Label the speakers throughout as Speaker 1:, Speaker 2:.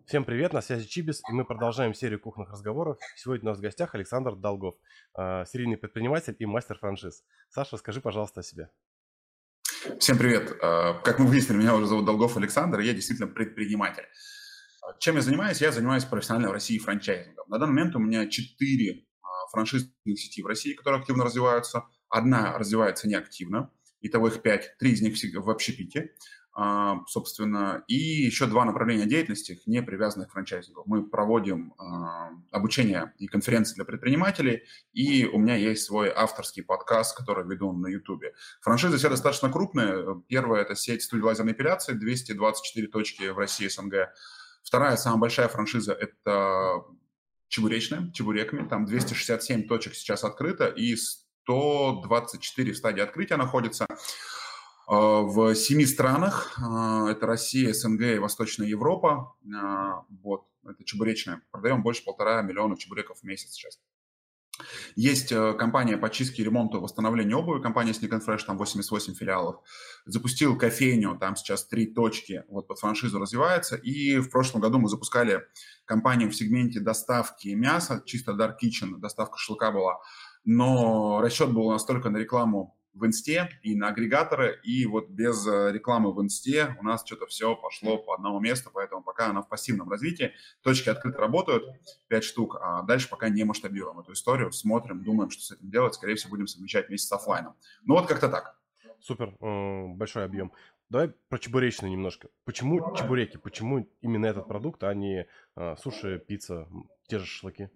Speaker 1: Всем привет, на связи Чибис, и мы продолжаем серию кухонных разговоров. Сегодня у нас в гостях Александр Долгов, серийный предприниматель и мастер франшиз. Саша, расскажи, пожалуйста, о себе.
Speaker 2: Всем привет. Как мы выяснили, меня уже зовут Долгов Александр, и я действительно предприниматель. Чем я занимаюсь? Я занимаюсь профессионально в России франчайзингом. На данный момент у меня 4 франшизных сети в России, которые активно развиваются. Одна развивается неактивно, итого их 5, 3 из них в общепите, собственно, и еще 2 направления деятельности, не привязанных к франчайзингу. Мы проводим обучение и конференции для предпринимателей, и у меня есть свой авторский подкаст, который веду на Ютубе. Франшизы все достаточно крупные. Первая – это сеть студий лазерной эпиляции, 224 точки в России, СНГ. Вторая, самая большая франшиза – это чебуречная, чебуреками. Там 267 точек сейчас открыто, и 124 в стадии открытия находятся. В 7 странах. Это Россия, СНГ и Восточная Европа. Вот, это чебуречная. Продаем больше 1,5 миллиона чебуреков в месяц сейчас. Есть компания по чистке, ремонту, восстановлению обуви, компания Sneak and Fresh, там 88 филиалов. Запустил кофейню, там сейчас 3 точки, вот под франшизу развивается. И в прошлом году мы запускали компанию в сегменте доставки мяса, чисто Dark Kitchen, доставка шашлыка была. Но расчет был настолько на рекламу в инсте и на агрегаторы, и вот без рекламы в инсте у нас что-то все пошло по одному месту, поэтому пока она в пассивном развитии, точки открыто работают, 5 штук, а дальше пока не масштабируем эту историю, смотрим, думаем, что с этим делать, скорее всего, будем совмещать вместе с оффлайном. Ну вот как-то так.
Speaker 1: Супер, большой объем. Давай про чебуречную немножко. Почему чебуреки? Почему именно этот продукт, а не суши, пицца, те же шашлыки?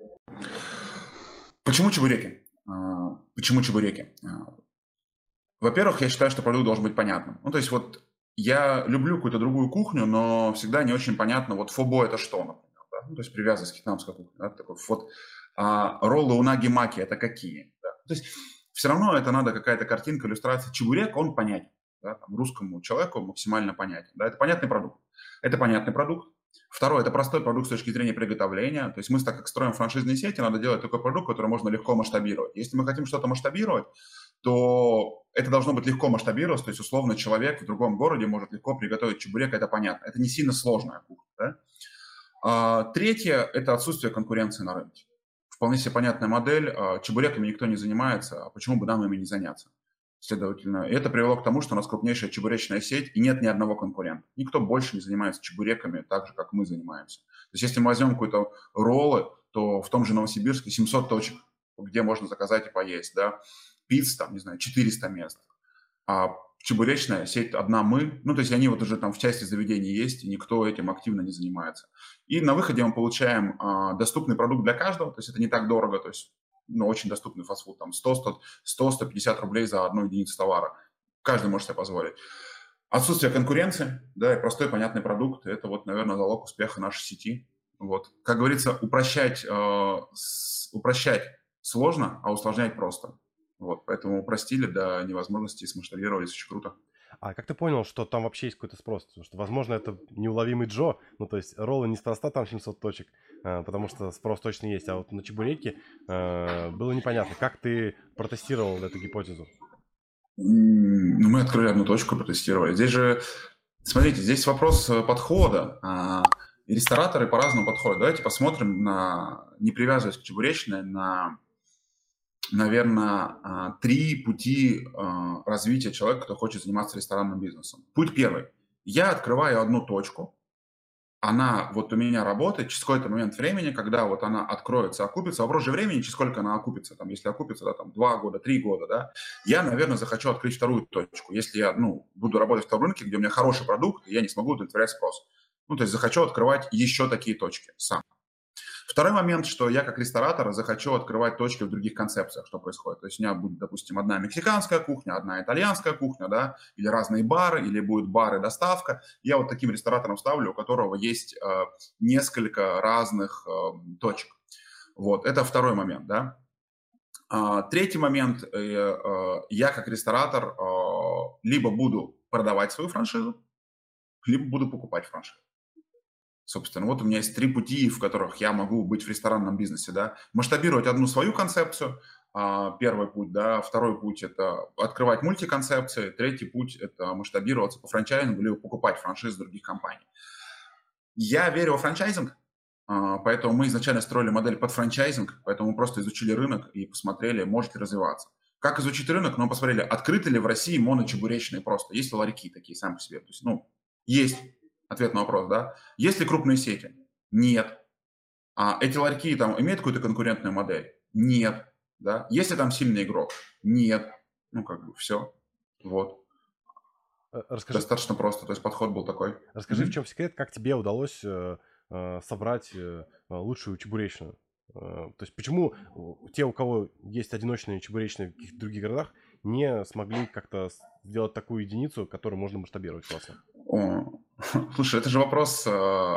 Speaker 2: Почему чебуреки? Почему чебуреки? Во-первых, я считаю, что продукт должен быть понятным. Ну, то есть вот я люблю какую-то другую кухню, но всегда не очень понятно, вот фобо это что, например, да? Ну, то есть привязанность к вьетнамской кухне. Да? Такой, вот, роллы унаги-маки это какие? Да? То есть все равно это надо какая-то картинка, иллюстрация. Чебурек, он понятен. Да? Там, русскому человеку максимально понятен. Да? Это понятный продукт. Это понятный продукт. Второе, это простой продукт с точки зрения приготовления. То есть мы, так как строим франшизные сети, надо делать такой продукт, который можно легко масштабировать. Если мы хотим что-то масштабировать, то это должно быть легко масштабироваться. То есть, условно, человек в другом городе может легко приготовить чебурек, это понятно. Это не сильно сложная кухня. Да? Третье – это отсутствие конкуренции на рынке. Вполне себе понятная модель. Чебуреками никто не занимается, а почему бы нам ими не заняться? Следовательно, и это привело к тому, что у нас крупнейшая чебуречная сеть, и нет ни одного конкурента. Никто больше не занимается чебуреками так же, как мы занимаемся. То есть если мы возьмем какие-то роллы, то в том же Новосибирске 700 точек, где можно заказать и поесть. Да? Пицца, там, не знаю, 400 мест. А чебуречная сеть одна мы. Ну, то есть они вот уже там в части заведений есть, и никто этим активно не занимается. И на выходе мы получаем доступный продукт для каждого, то есть это не так дорого, то есть очень доступный фастфуд, там 100-150 рублей за одну единицу товара. Каждый может себе позволить. Отсутствие конкуренции, да, и простой понятный продукт – это вот, наверное, залог успеха нашей сети. Вот. Как говорится, упрощать сложно, а усложнять просто. Вот, поэтому упростили до невозможности, смасштабировались, очень круто.
Speaker 1: А как ты понял, что там вообще есть какой-то спрос? Потому что, возможно, это неуловимый Джо, ну, то есть роллы неспроста там 700 точек, потому что спрос точно есть, а вот на чебуреки было непонятно. Как ты протестировал эту гипотезу?
Speaker 2: Ну, мы открыли одну точку, протестировали. Здесь же, смотрите, здесь вопрос подхода. И рестораторы по-разному подходят. Давайте посмотрим на, не привязываясь к чебуречной, на, наверное, 3 пути развития человека, кто хочет заниматься ресторанным бизнесом. Путь первый. Я открываю одну точку, она вот у меня работает через какой-то момент времени, когда вот она откроется, окупится. Вопрос же времени, через сколько она окупится. Там, если окупится, да, там 2 года, 3 года, да, я, наверное, захочу открыть вторую точку. Если я, буду работать в том рынке, где у меня хороший продукт, и я не смогу удовлетворять спрос. Ну, то есть захочу открывать еще такие точки сам. Второй момент, что я как ресторатор захочу открывать точки в других концепциях, что происходит. То есть у меня будет, допустим, одна мексиканская кухня, одна итальянская кухня, да, или разные бары, или будет бар и доставка. Я вот таким ресторатором ставлю, у которого есть несколько разных точек. Вот, это второй момент, да. Третий момент, я как ресторатор либо буду продавать свою франшизу, либо буду покупать франшизу. Собственно, вот у меня есть 3 пути, в которых я могу быть в ресторанном бизнесе, да. Масштабировать одну свою концепцию, первый путь, да. Второй путь – это открывать мультиконцепции. Третий путь – это масштабироваться по франчайзингу, либо покупать франшизы других компаний. Я верю во франчайзинг, поэтому мы изначально строили модель под франчайзинг, поэтому мы просто изучили рынок и посмотрели, может ли развиваться. Как изучить рынок? Ну, мы посмотрели, открыты ли в России моночебуречные просто. Есть ли ларьки такие сами по себе? То есть, ну, есть. Ответ на вопрос, да. Есть ли крупные сети? Нет. А эти ларьки там имеют какую-то конкурентную модель? Нет. Да. Есть ли там сильный игрок? Нет. Ну, как бы все. Вот.
Speaker 1: Расскажи,
Speaker 2: Достаточно просто. То есть подход был такой.
Speaker 1: расскажи, в чем секрет, как тебе удалось собрать лучшую чебуречную? То есть почему те, у кого есть одиночные чебуречные в каких-то других городах, не смогли как-то сделать такую единицу, которую можно масштабировать классно?
Speaker 2: Слушай, это же вопрос,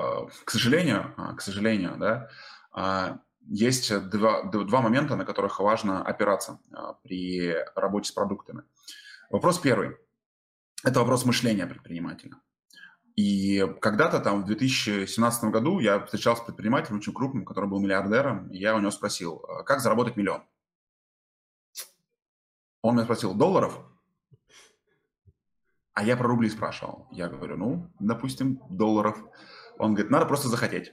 Speaker 2: к сожалению, да, есть два момента, на которых важно опираться при работе с продуктами. Вопрос первый– это вопрос мышления предпринимателя. И когда-то там в 2017 году я встречался с предпринимателем очень крупным, который был миллиардером, и я у него спросил, как заработать миллион? Он меня спросил, долларов? А я про рубли спрашивал. Я говорю, ну, допустим, долларов. Он говорит, надо просто захотеть.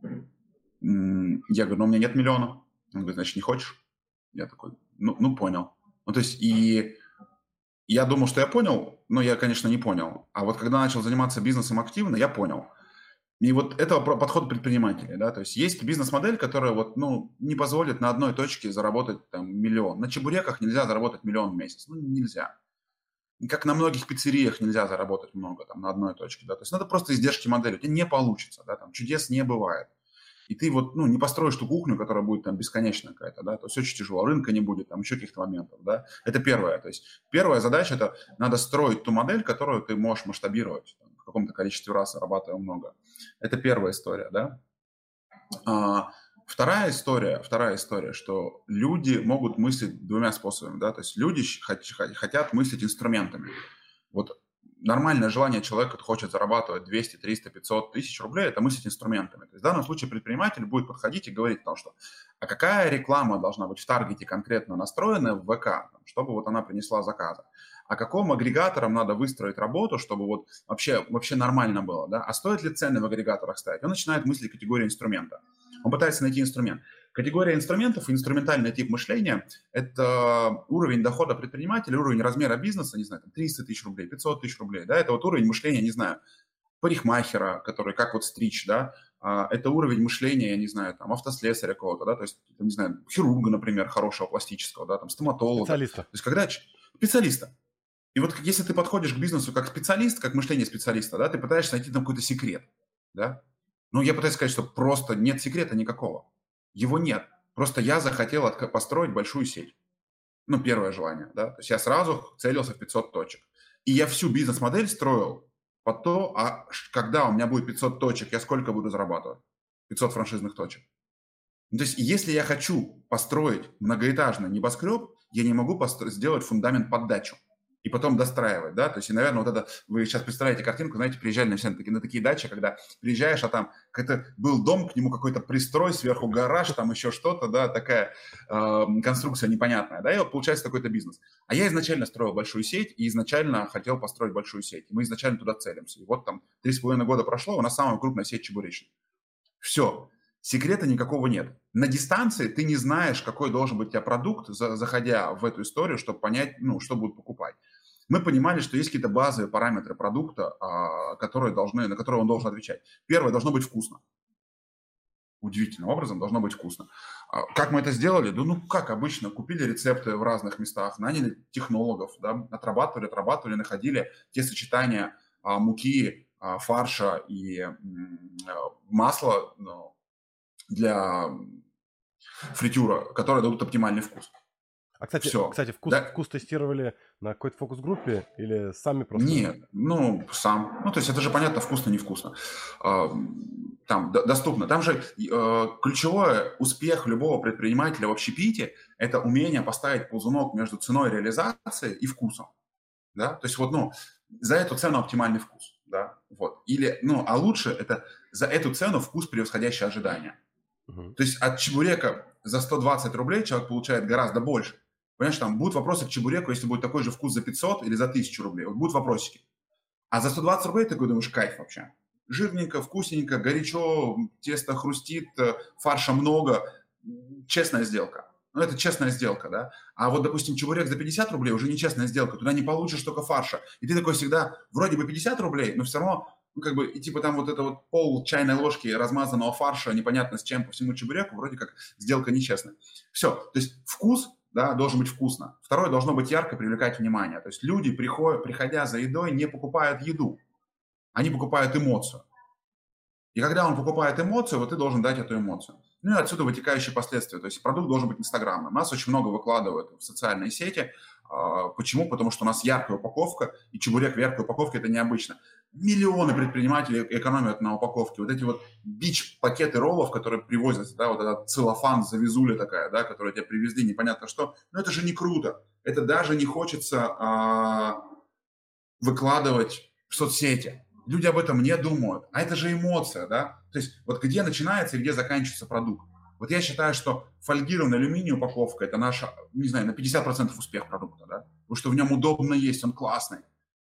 Speaker 2: Я говорю, ну, у меня нет миллиона. Он говорит, значит, не хочешь? Я такой, ну понял. Ну, то есть, и я думал, что я понял, но я, конечно, не понял. А вот когда начал заниматься бизнесом активно, я понял. И вот это подход предпринимателей, да, то есть бизнес-модель, которая вот, ну, не позволит на одной точке заработать там миллион. На чебуреках нельзя заработать миллион в месяц, ну, нельзя. Как на многих пиццериях нельзя заработать много там на одной точке, да, то есть надо просто издержки модели, у тебя не получится, да, там чудес не бывает. И ты вот, ну, не построишь ту кухню, которая будет там бесконечная какая-то, да, то есть очень тяжело, рынка не будет, там еще каких-то моментов, да. Это первое, то есть первая задача – это надо строить ту модель, которую ты можешь масштабировать, там, в каком-то количестве раз зарабатывая много. Это первая история, да. Вторая история, что люди могут мыслить двумя способами, да, то есть люди хотят мыслить инструментами. Вот нормальное желание человека, кто хочет зарабатывать 200, 300, 500 тысяч рублей, это мыслить инструментами. То есть в данном случае предприниматель будет подходить и говорить о том, что а какая реклама должна быть в таргете конкретно настроена в ВК, чтобы вот она принесла заказы. А каким агрегаторам надо выстроить работу, чтобы вот вообще нормально было, да? А стоит ли цены в агрегаторах ставить? Он начинает мыслить категории инструмента. Он пытается найти инструмент. Категория инструментов, инструментальный тип мышления – это уровень дохода предпринимателя, уровень размера бизнеса, не знаю, там 300 тысяч рублей, 500 тысяч рублей, да, это вот уровень мышления, не знаю, парикмахера, который как вот стричь, да, это уровень мышления, я не знаю, там, автослесаря какого-то, да, то есть, не знаю, хирурга, например, хорошего пластического, да, там, стоматолога.
Speaker 1: Специалиста.
Speaker 2: То есть, когда специалиста. И вот если ты подходишь к бизнесу как специалист, как мышление специалиста, да, ты пытаешься найти там какой-то секрет, да. Ну, я пытаюсь сказать, что просто нет секрета никакого. Его нет. Просто я захотел построить большую сеть. Ну, первое желание, да. То есть я сразу целился в 500 точек. И я всю бизнес-модель строил под то, когда у меня будет 500 точек, я сколько буду зарабатывать? 500 франшизных точек. Ну, то есть если я хочу построить многоэтажный небоскреб, я не могу сделать фундамент под дачу и потом достраивать, да, то есть, и, наверное, вот это, вы сейчас представляете картинку, знаете, приезжали на такие дачи, когда приезжаешь, а там какой-то был дом, к нему какой-то пристрой, сверху гараж, там еще что-то, да, такая конструкция непонятная, да, и вот получается такой-то бизнес. А я изначально строил большую сеть и изначально хотел построить большую сеть, и мы изначально туда целимся. И вот там 3,5 года прошло, у нас самая крупная сеть чебуречных. Все. Секрета никакого нет. На дистанции ты не знаешь, какой должен быть у тебя продукт, заходя в эту историю, чтобы понять, ну, что будут покупать. Мы понимали, что есть какие-то базовые параметры продукта, на которые он должен отвечать. Первое, должно быть вкусно. Удивительным образом должно быть вкусно. Как мы это сделали? Да, ну, как обычно, купили рецепты в разных местах, наняли технологов, да, отрабатывали, находили те сочетания муки, фарша и масла, ну, для фритюра, которые дадут оптимальный вкус.
Speaker 1: А, кстати,
Speaker 2: Всё.
Speaker 1: кстати,
Speaker 2: Да.
Speaker 1: вкус тестировали на какой-то фокус-группе или сами просто?
Speaker 2: Нет, ну, сам. Ну, то есть это же понятно, вкусно, невкусно. Там доступно. Там же ключевой успех любого предпринимателя в общепите – это умение поставить ползунок между ценой реализации и вкусом. Да? То есть вот, ну, за эту цену оптимальный вкус. Да? Вот. Или, ну, а лучше это за эту цену вкус, превосходящий ожидания.
Speaker 1: Угу.
Speaker 2: То есть от чебурека за 120 рублей человек получает гораздо больше. Понимаешь, там будут вопросы к чебуреку, если будет такой же вкус за 500 или за 1000 рублей. Вот будут вопросики. А за 120 рублей ты такой думаешь, кайф вообще. жирненько, вкусненько, горячо, тесто хрустит, фарша много. Честная сделка. Ну, это честная сделка, да. А вот, допустим, чебурек за 50 рублей уже нечестная сделка. Туда не получишь только фарша. И ты такой всегда, вроде бы 50 рублей, но все равно, ну, как бы, и типа там вот это вот пол чайной ложки размазанного фарша, непонятно с чем, по всему чебуреку, вроде как сделка нечестная. Все. То есть вкус, да, должен быть вкусно. Второе, должно быть ярко, привлекать внимание. То есть люди, приходя за едой, не покупают еду. Они покупают эмоцию. И когда он покупает эмоцию, вот ты должен дать эту эмоцию. Ну и отсюда вытекающие последствия. То есть продукт должен быть инстаграмным. Нас очень много выкладывают в социальные сети. Почему? Потому что у нас яркая упаковка, и чебурек в яркой упаковке – это необычно. Миллионы предпринимателей экономят на упаковке. Вот эти вот бич-пакеты роллов, которые привозят, да, вот этот целлофан, завезуля такая, да, которую тебе привезли, непонятно что. Но это же не круто. Это даже не хочется выкладывать в соцсети. Люди об этом не думают. А это же эмоция, да? То есть вот где начинается и где заканчивается продукт. Вот я считаю, что фольгированная алюминий упаковка – это наша, не знаю, на 50% успех продукта, да? Потому что в нем удобно есть, он классный.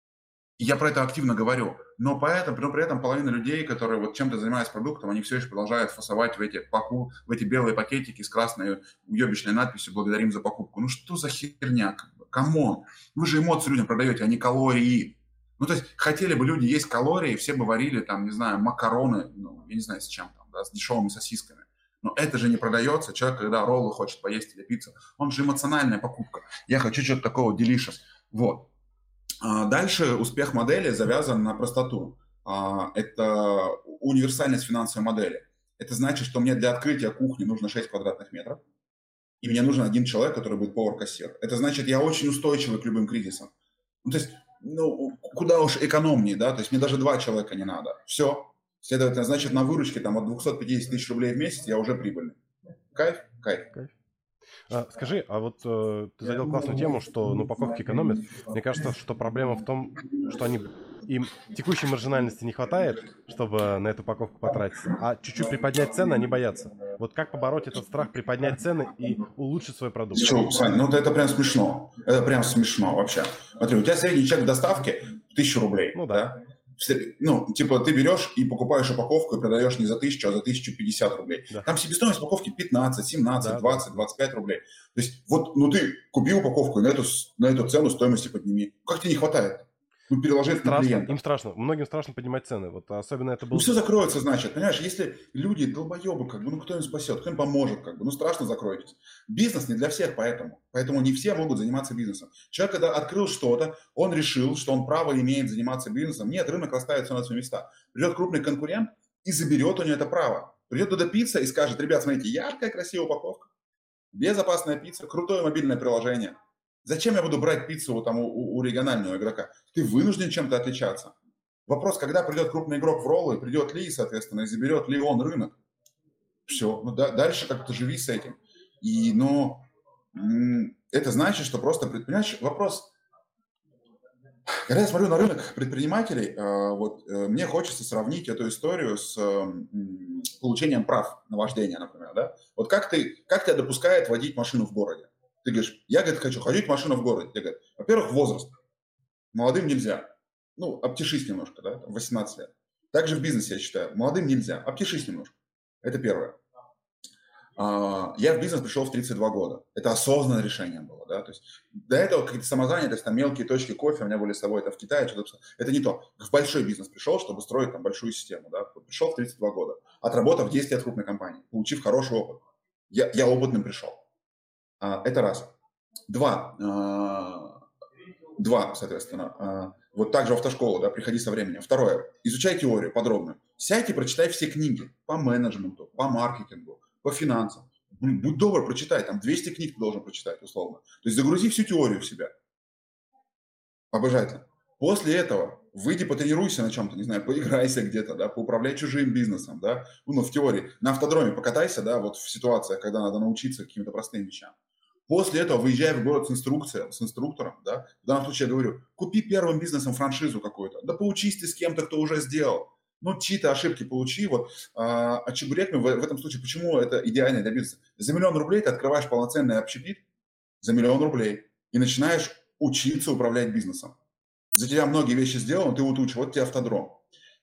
Speaker 2: И я про это активно говорю. Но при этом половина людей, которые вот чем-то занимаются продуктом, они все еще продолжают фасовать в эти белые пакетики с красной уебищной надписью «Благодарим за покупку». Ну что за херня? Камон. Вы же эмоции людям продаете, а не калории. Ну, то есть, хотели бы люди есть калории, все бы варили, там, не знаю, макароны, ну, я не знаю, с чем там, да, с дешевыми сосисками. Но это же не продается. Человек, когда роллы хочет поесть или пиццу, он же эмоциональная покупка. Я хочу что-то такого delicious. Вот. Дальше успех модели завязан на простоту. Это универсальность финансовой модели. Это значит, что мне для открытия кухни нужно 6 квадратных метров, и мне нужен один человек, который будет повар-кассир. Это значит, я очень устойчивый к любым кризисам. Ну, то есть, ну, куда уж экономнее, да, то есть мне даже 2 человека не надо. Все. Следовательно, значит, на выручке там от 250 тысяч рублей в месяц я уже прибыльный. Кайф? Кайф.
Speaker 1: Скажи, а вот ты задел классную тему, что на упаковке экономят. Мне кажется, что проблема в том, что им текущей маржинальности не хватает, чтобы на эту упаковку потратиться, а чуть-чуть приподнять цены они боятся. Вот как побороть этот страх, приподнять цены и улучшить свой продукт?
Speaker 2: Что, Сань, ну это прям смешно. Это прям смешно вообще. Смотри, у тебя средний чек доставки 1000 рублей.
Speaker 1: Ну да.
Speaker 2: Ну, типа ты берешь и покупаешь упаковку и продаешь не за 1000, а за 1050 рублей. Да. Там себестоимость упаковки 15, 17, да, 20, 25 рублей. То есть вот, ну ты купи упаковку и на эту цену стоимости подними. Как тебе не хватает? Ну, переложить на клиента.
Speaker 1: Им страшно. Многим страшно поднимать цены. Вот особенно это было...
Speaker 2: Ну, все закроется, значит. Понимаешь, если люди долбоебы, как бы, ну, кто им спасет, кто им поможет, как бы, ну, страшно закройтесь. Бизнес не для всех поэтому. Поэтому не все могут заниматься бизнесом. Человек, когда открыл что-то, он решил, что он право имеет заниматься бизнесом. Нет, рынок расставит все на свои места. Придет крупный конкурент и заберет у него это право. Придет туда пицца и скажет: ребят, смотрите, яркая, красивая упаковка, безопасная пицца, крутое мобильное приложение. Зачем я буду брать пиццу вот там у регионального игрока? Ты вынужден чем-то отличаться. Вопрос, когда придет крупный игрок в роллы, придет ли, соответственно, и заберет ли он рынок. Все. Ну, дальше как-то живи с этим. И, но это значит, что просто, понимаешь, вопрос... Когда я смотрю на рынок предпринимателей, вот мне хочется сравнить эту историю с получением прав на вождение, например. Да? Вот как тебя допускает водить машину в городе? Ты говоришь: я, говорит, хочу ходить машину в городе. Ты говоришь: во-первых, возраст. Молодым нельзя. Ну, обтешись немножко, да, 18 лет. Также в бизнесе, я считаю, молодым нельзя. Обтешись немножко. Это первое. Я в бизнес пришел в 32 года. Это осознанное решение было, да. То есть до этого какие-то самозанятости, там мелкие точки кофе у меня были с собой, это в Китае, что-то. Это не то. В большой бизнес пришел, чтобы строить там большую систему, да. Пришел в 32 года, отработав 10 лет в крупной компании, получив хороший опыт. Я опытным пришел. Это раз. Два, соответственно. Вот так же в автошколу, да, приходи со временем. Второе. Изучай теорию подробно. Сядь и прочитай все книги по менеджменту, по маркетингу, по финансам. Будь добр, прочитай. Там 200 книг ты должен прочитать, условно. То есть загрузи всю теорию в себя. Обожательно. После этого выйди, потренируйся на чем-то, не знаю, поиграйся где-то, да, поуправляй чужим бизнесом, да. Ну, в теории. На автодроме покатайся, да, вот в ситуациях, когда надо научиться каким-то простым вещам. После этого выезжай в город с инструктором, да. В данном случае я говорю: купи первым бизнесом франшизу какую-то. Да поучись ты с кем-то, кто уже сделал. Ну, чьи-то ошибки получи. Вот. А чебурек в этом случае, почему это идеально для бизнеса? За 1 000 000 рублей ты открываешь полноценный общепит за 1 000 000 рублей и начинаешь учиться управлять бизнесом. За тебя многие вещи сделаны, ты вот учишь, вот тебе автодром.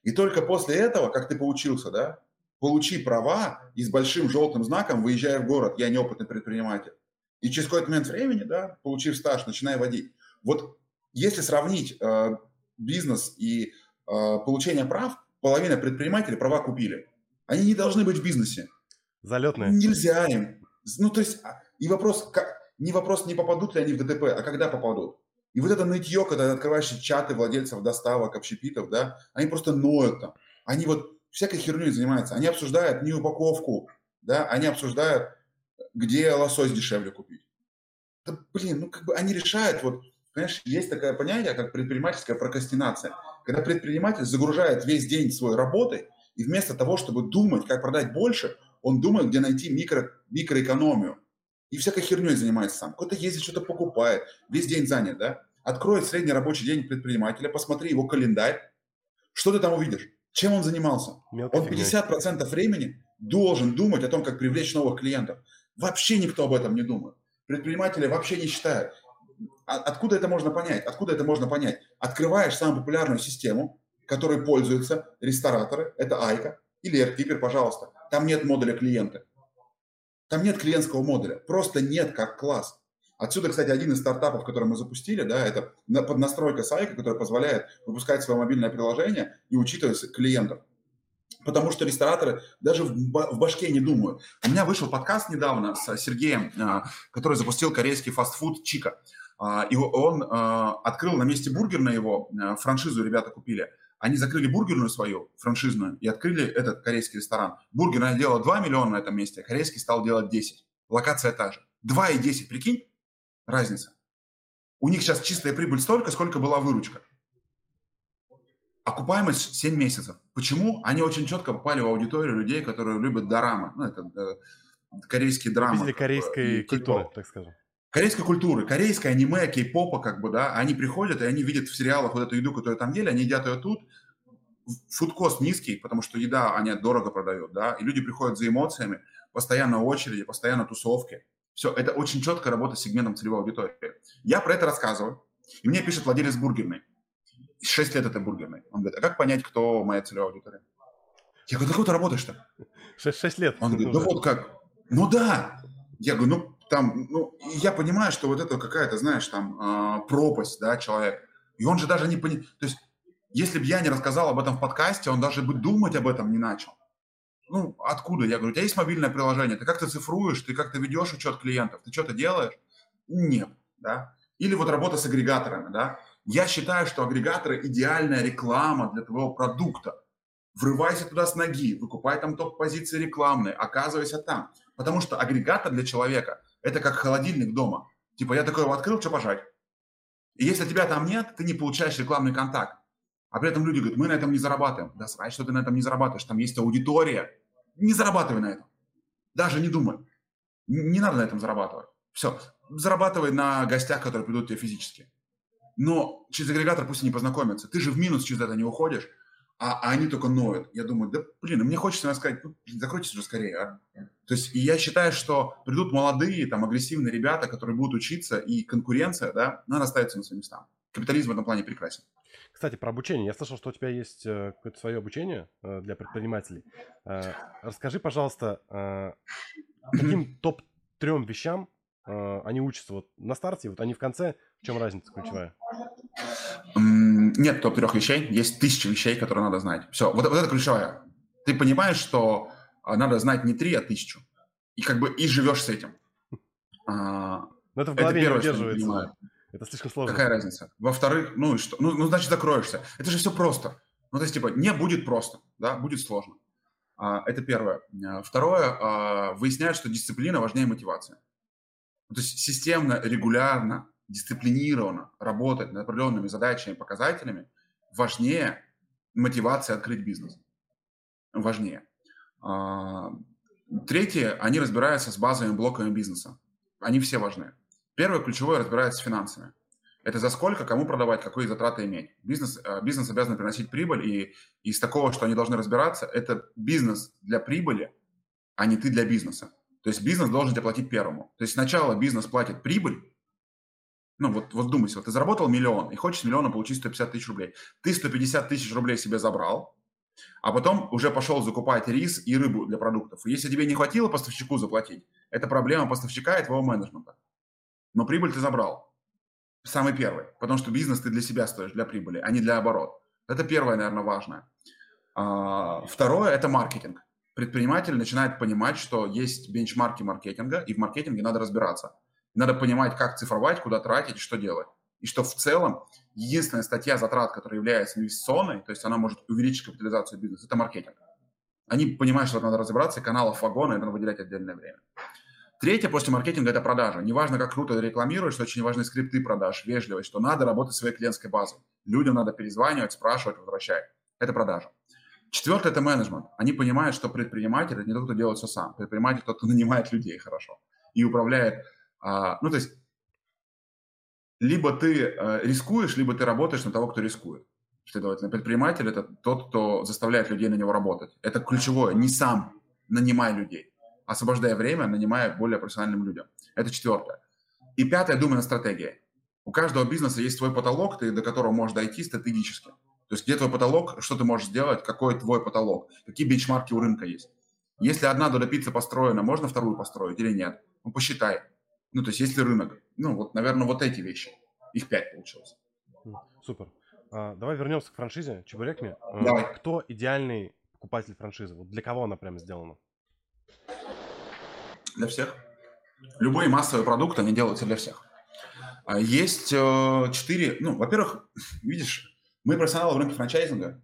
Speaker 2: И только после этого, как ты поучился, да, получи права и с большим желтым знаком выезжай в город. Я неопытный предприниматель. И через какой-то момент времени, да, получив стаж, начинай водить. Вот если сравнить бизнес и получение прав, половина предпринимателей права купили. Они не должны быть в бизнесе.
Speaker 1: Залетные.
Speaker 2: Нельзя им. Ну, то есть, и вопрос, не вопрос, не попадут ли они в ДТП, а когда попадут. И вот это нытье, когда открываешь чаты владельцев доставок, общепитов, да, они просто ноют там. Они вот всякой херней занимаются. Они обсуждают не упаковку, да, они обсуждают, где лосось дешевле купить. Да, блин, ну как бы они решают, вот, понимаешь, есть такое понятие, как предпринимательская прокрастинация. Когда предприниматель загружает весь день своей работой, и вместо того, чтобы думать, как продать больше, он думает, где найти микроэкономию. И всякой херней занимается сам. Кто-то ездит, что-то покупает, весь день занят, да? Открой средний рабочий день предпринимателя, посмотри его календарь. Что ты там увидишь? Чем он занимался?
Speaker 1: Мелкой
Speaker 2: Он
Speaker 1: фигней.
Speaker 2: 50% времени должен думать о том, как привлечь новых клиентов. Вообще никто об этом не думает. Предприниматели вообще не считают. Откуда это можно понять? Откуда это можно понять? Открываешь самую популярную систему, которой пользуются рестораторы, это Айка или AirKeeper, пожалуйста. Там нет модуля клиента. Там нет клиентского модуля. Просто нет как класс. Отсюда, кстати, один из стартапов, который мы запустили, да, это поднастройка с Айка, которая позволяет выпускать свое мобильное приложение и учитывать клиентов. Потому что рестораторы даже в башке не думают. У меня вышел подкаст недавно с Сергеем, который запустил корейский фастфуд Чика. И он открыл на месте бургерной его, франшизу ребята купили. Они закрыли бургерную свою, франшизную, и открыли этот корейский ресторан. Бургерная делала 2 миллиона на этом месте, а корейский стал делать 10. Локация та же. 2 и 10, прикинь, разница. У них сейчас чистая прибыль столько, сколько была выручка. Окупаемость 7 месяцев. Почему? Они очень четко попали в аудиторию людей, которые любят дорамы. Ну, это корейские драмы.
Speaker 1: Любители корейской культуры, так скажем.
Speaker 2: Корейской культуры, корейское аниме, кей-попа, как бы, да, они приходят, и они видят в сериалах вот эту еду, которую там ели, они едят ее тут, фудкост низкий, потому что еда они дорого продают, да, и люди приходят за эмоциями, постоянно очереди, постоянно тусовки. Все, это очень четко работа с сегментом целевой аудитории. Я про это рассказываю, и мне пишет владелец бургерной. 6 лет этой бургерной. Он говорит, а как понять, кто моя целевая аудитория? Я говорю, да как ты работаешь-то?
Speaker 1: 6 лет.
Speaker 2: Он говорит, да вот как. Ну да. Я говорю, ну там, ну, я понимаю, что вот это какая-то, знаешь, там пропасть, да, человек. И он же даже не понимает. То есть, если бы я не рассказал об этом в подкасте, он даже бы думать об этом не начал. Ну, откуда? Я говорю, у тебя есть мобильное приложение, ты как-то цифруешь, ты как-то ведешь учет клиентов, ты что-то делаешь? Нет, да. Или вот работа с агрегаторами, да. Я считаю, что агрегаторы – идеальная реклама для твоего продукта. Врывайся туда с ноги, выкупай там топ-позиции рекламные, оказывайся там. Потому что агрегатор для человека – это как холодильник дома. Типа я такой его открыл, что пожать. И если тебя там нет, ты не получаешь рекламный контакт. А при этом люди говорят, мы на этом не зарабатываем. Да срать, что ты на этом не зарабатываешь. Там есть аудитория. Не зарабатывай на этом. Даже не думай. Не надо на этом зарабатывать. Все. Зарабатывай на гостях, которые придут к тебе физически. Но через агрегатор пусть они познакомятся. Ты же в минус через это не уходишь, а они только ноют. Я думаю, да блин, мне хочется сказать, ну, закройтесь уже скорее. А? То есть и я считаю, что придут молодые, там, агрессивные ребята, которые будут учиться, и конкуренция, да, она остается на своих местах. Капитализм в этом плане прекрасен.
Speaker 1: Кстати, про обучение. Я слышал, что у тебя есть какое-то свое обучение для предпринимателей. Расскажи, пожалуйста, каким топ-3 вещам они учатся вот на старте, вот они в конце. В чем разница ключевая?
Speaker 2: Нет топ-3 вещей. Есть 1000 вещей, которые надо знать. Все, вот это ключевая. Ты понимаешь, что надо знать не 3, а 1000. И как бы и живешь с этим.
Speaker 1: Но это в голове не удерживается. Это слишком сложно.
Speaker 2: Какая разница? Во-вторых, ну и что? Ну, значит, закроешься. Это же все просто. Ну, то есть, типа, не будет просто, да, будет сложно. Это первое. Второе, выясняют, что дисциплина важнее мотивации. То есть системно, регулярно, дисциплинированно работать над определенными задачами и показателями важнее мотивации открыть бизнес. Важнее. Третье, они разбираются с базовыми блоками бизнеса. Они все важны. Первое, ключевое, разбирается с финансами. Это за сколько, кому продавать, какие затраты иметь. Бизнес обязан приносить прибыль, и из такого, что они должны разбираться, это бизнес для прибыли, а не ты для бизнеса. То есть бизнес должен тебе платить первому. То есть сначала бизнес платит прибыль. Ну вот вдумайся, вот ты заработал 1 000 000 и хочешь с 1 000 000 получить 150 000 рублей. Ты 150 000 рублей себе забрал, А потом уже пошел закупать рис и рыбу для продуктов. И если тебе не хватило поставщику заплатить, это проблема поставщика и твоего менеджмента. Но прибыль ты забрал. Самый первый. Потому что бизнес ты для себя строишь, для прибыли, а не для оборота. Это первое, наверное, важное. Второе – это маркетинг. Предприниматель начинает понимать, что есть бенчмарки маркетинга, и в маркетинге надо разбираться. Надо понимать, как цифровать, куда тратить, что делать. И что в целом единственная статья затрат, которая является инвестиционной, то есть она может увеличить капитализацию бизнеса, это маркетинг. Они понимают, что надо разобраться, каналов вагона, и надо выделять отдельное время. Третье после маркетинга – это продажа. Неважно, как круто рекламируешь, очень важны скрипты продаж, вежливость, что надо работать с своей клиентской базой. Людям надо перезванивать, спрашивать, возвращать. Это продажа. Четвертое – это менеджмент. Они понимают, что предприниматель – это не тот, кто делает все сам. Предприниматель – тот, кто нанимает людей хорошо и управляет. То есть либо ты рискуешь, либо ты работаешь на того, кто рискует. Следовательно, предприниматель – это тот, кто заставляет людей на него работать. Это ключевое. Не сам нанимай людей, освобождая время, нанимая более профессиональным людям. Это четвертое. И пятое – думай над стратегией. У каждого бизнеса есть свой потолок, ты до которого можешь дойти стратегически. То есть где твой потолок, что ты можешь сделать, какой твой потолок, какие бенчмарки у рынка есть. Если одна Додо Пицца построена, можно вторую построить или нет? Ну, посчитай. Ну, то есть есть ли рынок? Ну, вот, наверное, вот эти вещи. Их 5 получилось.
Speaker 1: Супер. Давай вернемся к франшизе Чебурекми.
Speaker 2: Давай.
Speaker 1: Кто идеальный покупатель франшизы? Вот для кого она прям сделана?
Speaker 2: Для всех. Любые массовые продукты, они делаются для всех. Есть 4... Ну, во-первых, видишь, мы профессионалы в рынке франчайзинга.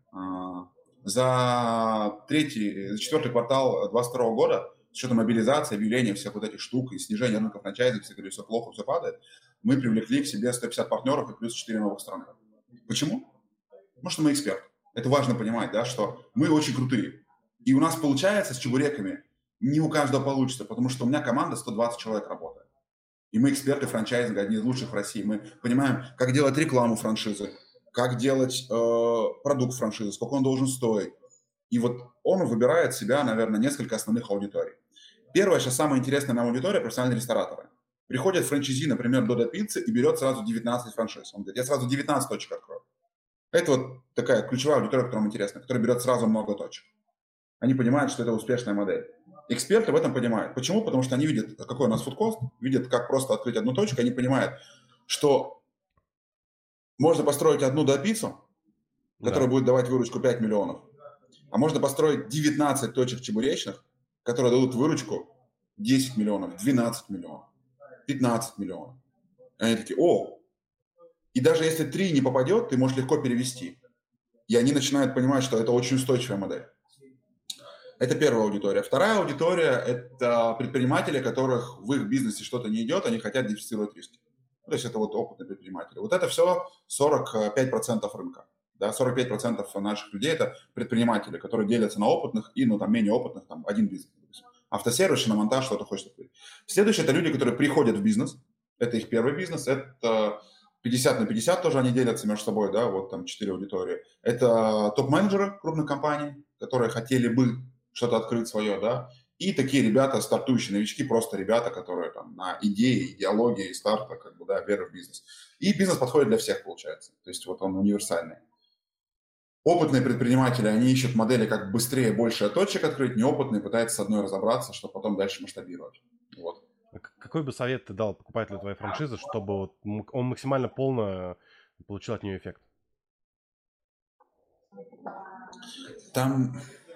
Speaker 2: За 4-й квартал 2022 года, с учетом мобилизации, объявления всех вот этих штук и снижения рынка франчайзинга, все говорили, все плохо, все падает, мы привлекли к себе 150 партнеров и плюс 4 новых страны. Почему? Потому что мы эксперты. Это важно понимать, да, что мы очень крутые. И у нас получается с чебуреками, не у каждого получится, потому что у меня команда 120 человек работает. И мы эксперты франчайзинга, одни из лучших в России. Мы понимаем, как делать рекламу франшизы, как делать продукт франшизы, сколько он должен стоить. И вот он выбирает себя, наверное, несколько основных аудиторий. Первая, сейчас самая интересная нам аудитория – профессиональные рестораторы. Приходит франчайзи, например, Додо Пиццы, и берет сразу 19 франшиз. Он говорит, я сразу 19 точек открою. Это вот такая ключевая аудитория, которая нам интересна, которая берет сразу много точек. Они понимают, что это успешная модель. Эксперты в этом понимают. Почему? Потому что они видят, какой у нас фудкост, видят, как просто открыть одну точку, они понимают, что можно построить одну Додо-пиццу, которая будет давать выручку 5 миллионов, а можно построить 19 точек чебуречных, которые дадут выручку 10 миллионов, 12 миллионов, 15 миллионов. И они такие, о! И даже если 3 не попадет, ты можешь легко перевести. И они начинают понимать, что это очень устойчивая модель. Это первая аудитория. Вторая аудитория – это предприниматели, которых в их бизнесе что-то не идет, они хотят диверсифицировать риски. То есть это вот опытные предприниматели. Вот это все 45% рынка. Да, 45% наших людей – это предприниматели, которые делятся на опытных и менее опытных, один бизнес. Автосервис, шиномонтаж, что-то хочет открыть. Следующее – это люди, которые приходят в бизнес. Это их первый бизнес. Это 50 на 50 тоже они делятся между собой, да, вот там 4 аудитории. Это топ-менеджеры крупных компаний, которые хотели бы что-то открыть свое, да, и такие ребята, стартующие новички, просто ребята, которые там на идее, идеологии старта, веры в бизнес. И бизнес подходит для всех, получается, то есть вот он универсальный. Опытные предприниматели, они ищут модели, как быстрее больше точек открыть, неопытные пытаются с одной разобраться, чтобы потом дальше масштабировать. Вот.
Speaker 1: Какой бы совет ты дал покупателю твоей франшизы, чтобы он максимально полно получил от нее эффект?
Speaker 2: Там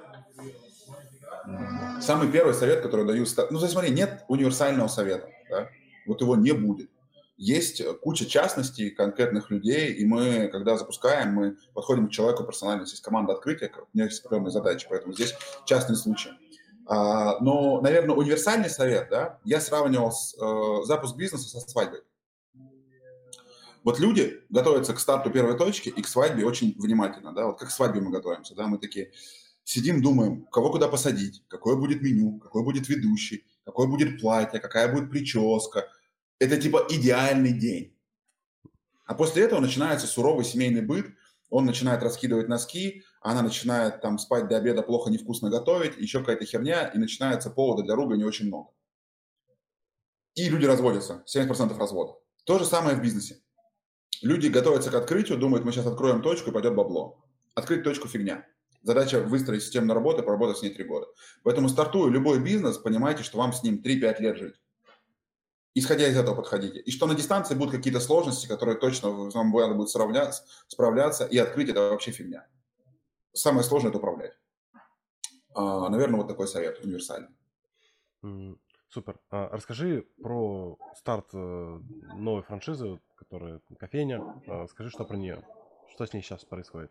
Speaker 2: самый первый совет, который даю... смотри, нет универсального совета, да? Вот его не будет. Есть куча частностей конкретных людей, и мы, когда запускаем, мы подходим к человеку персонально. Есть команда открытия, у меня есть определенные задачи, поэтому здесь частный случай. Но, наверное, универсальный совет, да, я сравнивал запуск бизнеса со свадьбой. Вот люди готовятся к старту первой точки и к свадьбе очень внимательно, да, вот как к свадьбе мы готовимся, да, мы такие сидим, думаем, кого куда посадить, какое будет меню, какой будет ведущий, какое будет платье, какая будет прическа. Это типа идеальный день. А после этого начинается суровый семейный быт, он начинает раскидывать носки, она начинает там спать до обеда, плохо, невкусно готовить, еще какая-то херня, и начинается повода для ругани очень много. И люди разводятся, 70% разводов. То же самое в бизнесе. Люди готовятся к открытию, думают, мы сейчас откроем точку и пойдет бабло. Открыть точку – фигня. Задача выстроить системную работу, поработать с ней 3 года. Поэтому стартуя любой бизнес, понимайте, что вам с ним 3-5 лет жить. Исходя из этого подходите. И что на дистанции будут какие-то сложности, которые точно вам надо будет справляться, и открыть это вообще фигня. Самое сложное – это управлять. Наверное, вот такой совет универсальный.
Speaker 1: Супер. Расскажи про старт новой франшизы, которая кофейня. Скажи, что про нее. Что с ней сейчас происходит?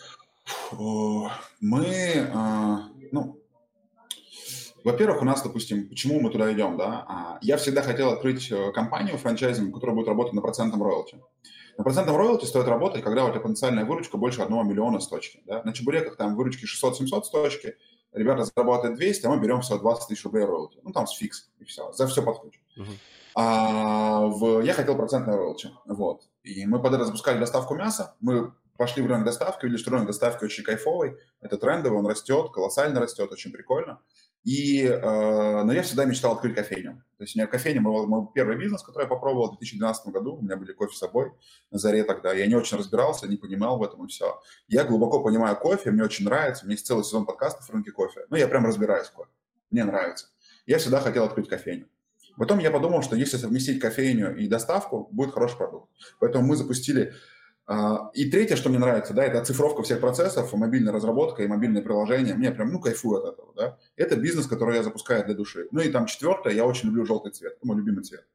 Speaker 2: Во-первых, у нас, допустим, почему мы туда идем, да? Я всегда хотел открыть компанию франчайзинг, которая будет работать на процентном роялти. На процентном роялти стоит работать, когда у тебя потенциальная выручка больше 1 миллиона с точки. Да? На чебуреках там выручки 600-700 с точки, ребята зарабатывают 200, а мы берем всего 20 тысяч рублей роялти. Ну, там с фикс, и все, за все под ключ. Я хотел процентное роялти, вот. И мы под это запускали доставку мяса, мы пошли в рынок доставки, увидели, что рынок доставки очень кайфовый, это трендовый, он растет, колоссально растет, очень прикольно. Но я всегда мечтал открыть кофейню. То есть у меня кофейня, мой первый бизнес, который я попробовал в 2012 году, у меня были кофе с собой на заре тогда, я не очень разбирался, не понимал в этом и все. Я глубоко понимаю кофе, мне очень нравится, у меня есть целый сезон подкастов в рынке кофе, я прям разбираюсь в кофе, мне нравится. Я всегда хотел открыть кофейню. Потом я подумал, что если совместить кофейню и доставку, будет хороший продукт. Поэтому мы запустили. И третье, что мне нравится, да, это оцифровка всех процессов, мобильная разработка и мобильное приложение. Мне прям, кайфую от этого, да. Это бизнес, который я запускаю для души. И там четвертое, я очень люблю желтый цвет, это мой любимый цвет.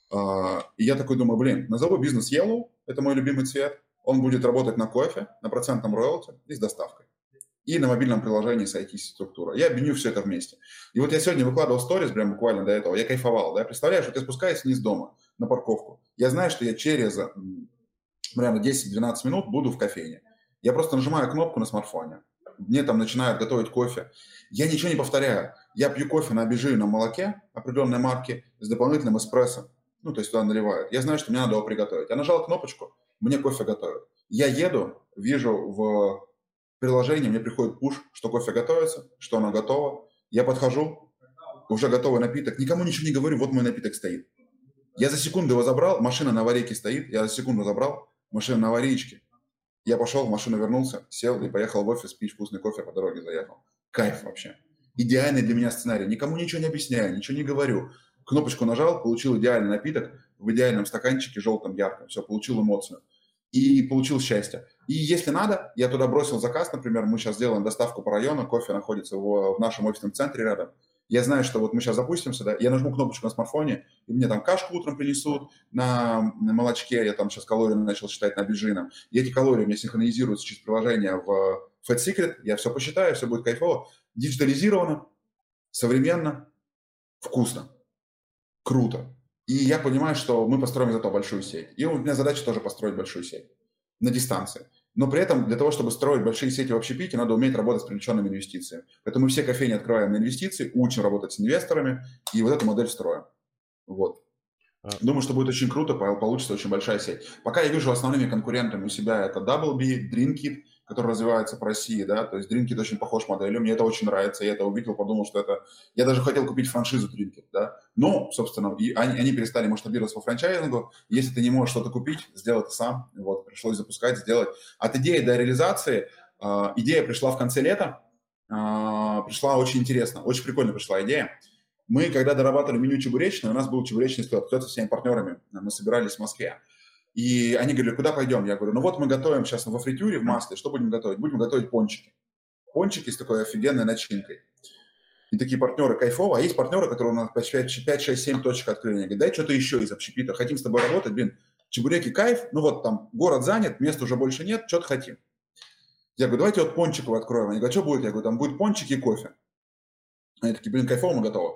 Speaker 2: И я такой думаю, назову бизнес Yellow, это мой любимый цвет. Он будет работать на кофе, на процентном роялти и с доставкой. И на мобильном приложении с IT-структурой. Я объединю все это вместе. И вот я сегодня выкладывал сторис, прям буквально до этого, я кайфовал, да. Представляешь, вот я спускаюсь вниз дома на парковку. Я знаю, что я через примерно 10-12 минут буду в кофейне. Я просто нажимаю кнопку на смартфоне. Мне там начинают готовить кофе. Я ничего не повторяю. Я пью кофе на обезжиренном молоке определенной марки с дополнительным эспрессо. То есть туда наливают. Я знаю, что мне надо его приготовить. Я нажал кнопочку, мне кофе готовят. Я еду, вижу в приложении, мне приходит пуш, что кофе готовится, что оно готово. Я подхожу, уже готовый напиток. Никому ничего не говорю, вот мой напиток стоит. Я за секунду его забрал, машина на аварийке стоит, я за секунду забрал. Машина на аварийке. Я пошел, в машину вернулся, сел и поехал в офис пить вкусный кофе, по дороге заехал. Кайф вообще. Идеальный для меня сценарий. Никому ничего не объясняю, ничего не говорю. Кнопочку нажал, получил идеальный напиток в идеальном стаканчике, желтом, ярком. Все, получил эмоцию. И получил счастье. И если надо, я туда бросил заказ, например, мы сейчас делаем доставку по району, кофе находится в нашем офисном центре рядом. Я знаю, что вот мы сейчас запустимся, да, я нажму кнопочку на смартфоне, и мне там кашку утром принесут на молочке, я там сейчас калории начал считать на обезжиренном, и эти калории у меня синхронизируются через приложение в Fat Secret, я все посчитаю, все будет кайфово, диджитализировано, современно, вкусно, круто. И я понимаю, что мы построим из этого большую сеть. И у меня задача тоже построить большую сеть на дистанции. Но при этом для того, чтобы строить большие сети в общепите, надо уметь работать с привлеченными инвестициями. Поэтому мы все кофейни открываем на инвестиции, учим работать с инвесторами и вот эту модель строим. Вот. Думаю, что будет очень круто, получится очень большая сеть. Пока я вижу основными конкурентами у себя это Double B, Drinkit, который развивается по России, да, то есть Drinkit очень похож моделью, мне это очень нравится, я это увидел, подумал, что это... Я даже хотел купить франшизу Drinkit, да, но, собственно, и они перестали масштабироваться по франчайзингу, если ты не можешь что-то купить, сделай это сам, вот, пришлось запускать, сделать. От идеи до реализации, идея пришла в конце лета, пришла очень интересно, очень прикольно пришла идея. Мы, когда дорабатывали меню чебуречное, у нас был чебуречный стол, со всеми партнерами, мы собирались в Москве. И они говорили, куда пойдем? Я говорю, вот мы готовим сейчас во фритюре в масле, что будем готовить? Будем готовить пончики. Пончики с такой офигенной начинкой. И такие партнеры кайфово. А есть партнеры, которые у нас 5, 6, 7 точек открыли. Они говорят, дай что-то еще из общепита. Хотим с тобой работать, чебуреки кайф. Там город занят, места уже больше нет, что-то хотим. Я говорю, давайте вот пончиково откроем. Они говорят, что будет? Я говорю, там будет пончики и кофе. Они такие, кайфово, мы готовы.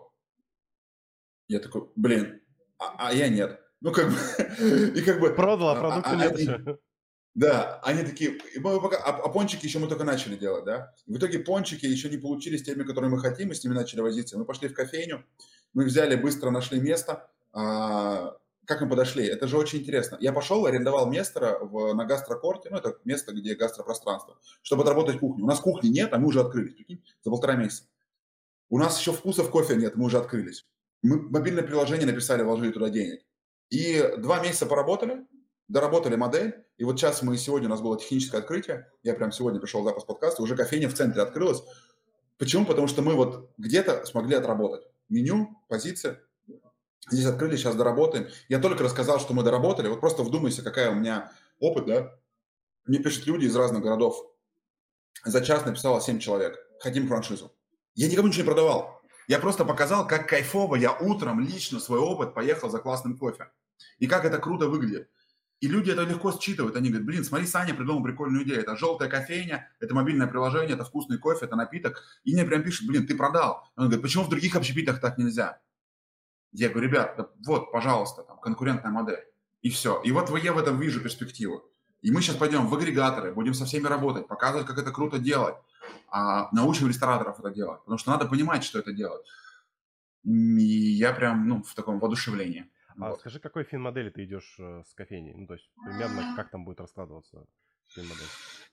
Speaker 2: Я такой, а я нет.
Speaker 1: Продал, а продукта нет еще.
Speaker 2: Да, они такие, а пончики еще мы только начали делать, да. В итоге пончики еще не получились теми, которые мы хотим, мы с ними начали возиться. Мы пошли в кофейню, мы взяли, быстро нашли место. Как мы подошли? Это же очень интересно. Я пошел, арендовал место на гастрокорте, это место, где гастропространство, чтобы отработать кухню. У нас кухни нет, а мы уже открылись, прикинь, за 1,5 месяца. У нас еще вкусов кофе нет, мы уже открылись. Мы мобильное приложение написали, вложили туда денег. И 2 месяца поработали, доработали модель, и вот сейчас сегодня у нас было техническое открытие, я прям сегодня пришел в запуск подкаста, уже кофейня в центре открылась. Почему? Потому что мы вот где-то смогли отработать меню, позиции. Здесь открыли, сейчас доработаем. Я только рассказал, что мы доработали. Вот просто вдумайся, какая у меня опыт, да? Мне пишут люди из разных городов. За час написало 7 человек. Хотим франшизу. Я никому ничего не продавал. Я просто показал, как кайфово я утром лично свой опыт поехал за классным кофе. И как это круто выглядит. И люди это легко считывают. Они говорят, блин, смотри, Саня придумал прикольную идею. Это желтая кофейня, это мобильное приложение, это вкусный кофе, это напиток. И мне прям пишут, блин, ты продал. Он говорит, почему в других общепитах так нельзя? Я говорю, ребят, да вот, пожалуйста, там, конкурентная модель. И все. И вот я в этом вижу перспективу. И мы сейчас пойдем в агрегаторы, будем со всеми работать, показывать, как это круто делать. Научим рестораторов это делать. Потому что надо понимать, что это делать. И я прям, в таком воодушевлении.
Speaker 1: Вот. Скажи, какой фин-модели ты идешь с кофейней? Ну, то есть, примерно, как там будет раскладываться фин-модель?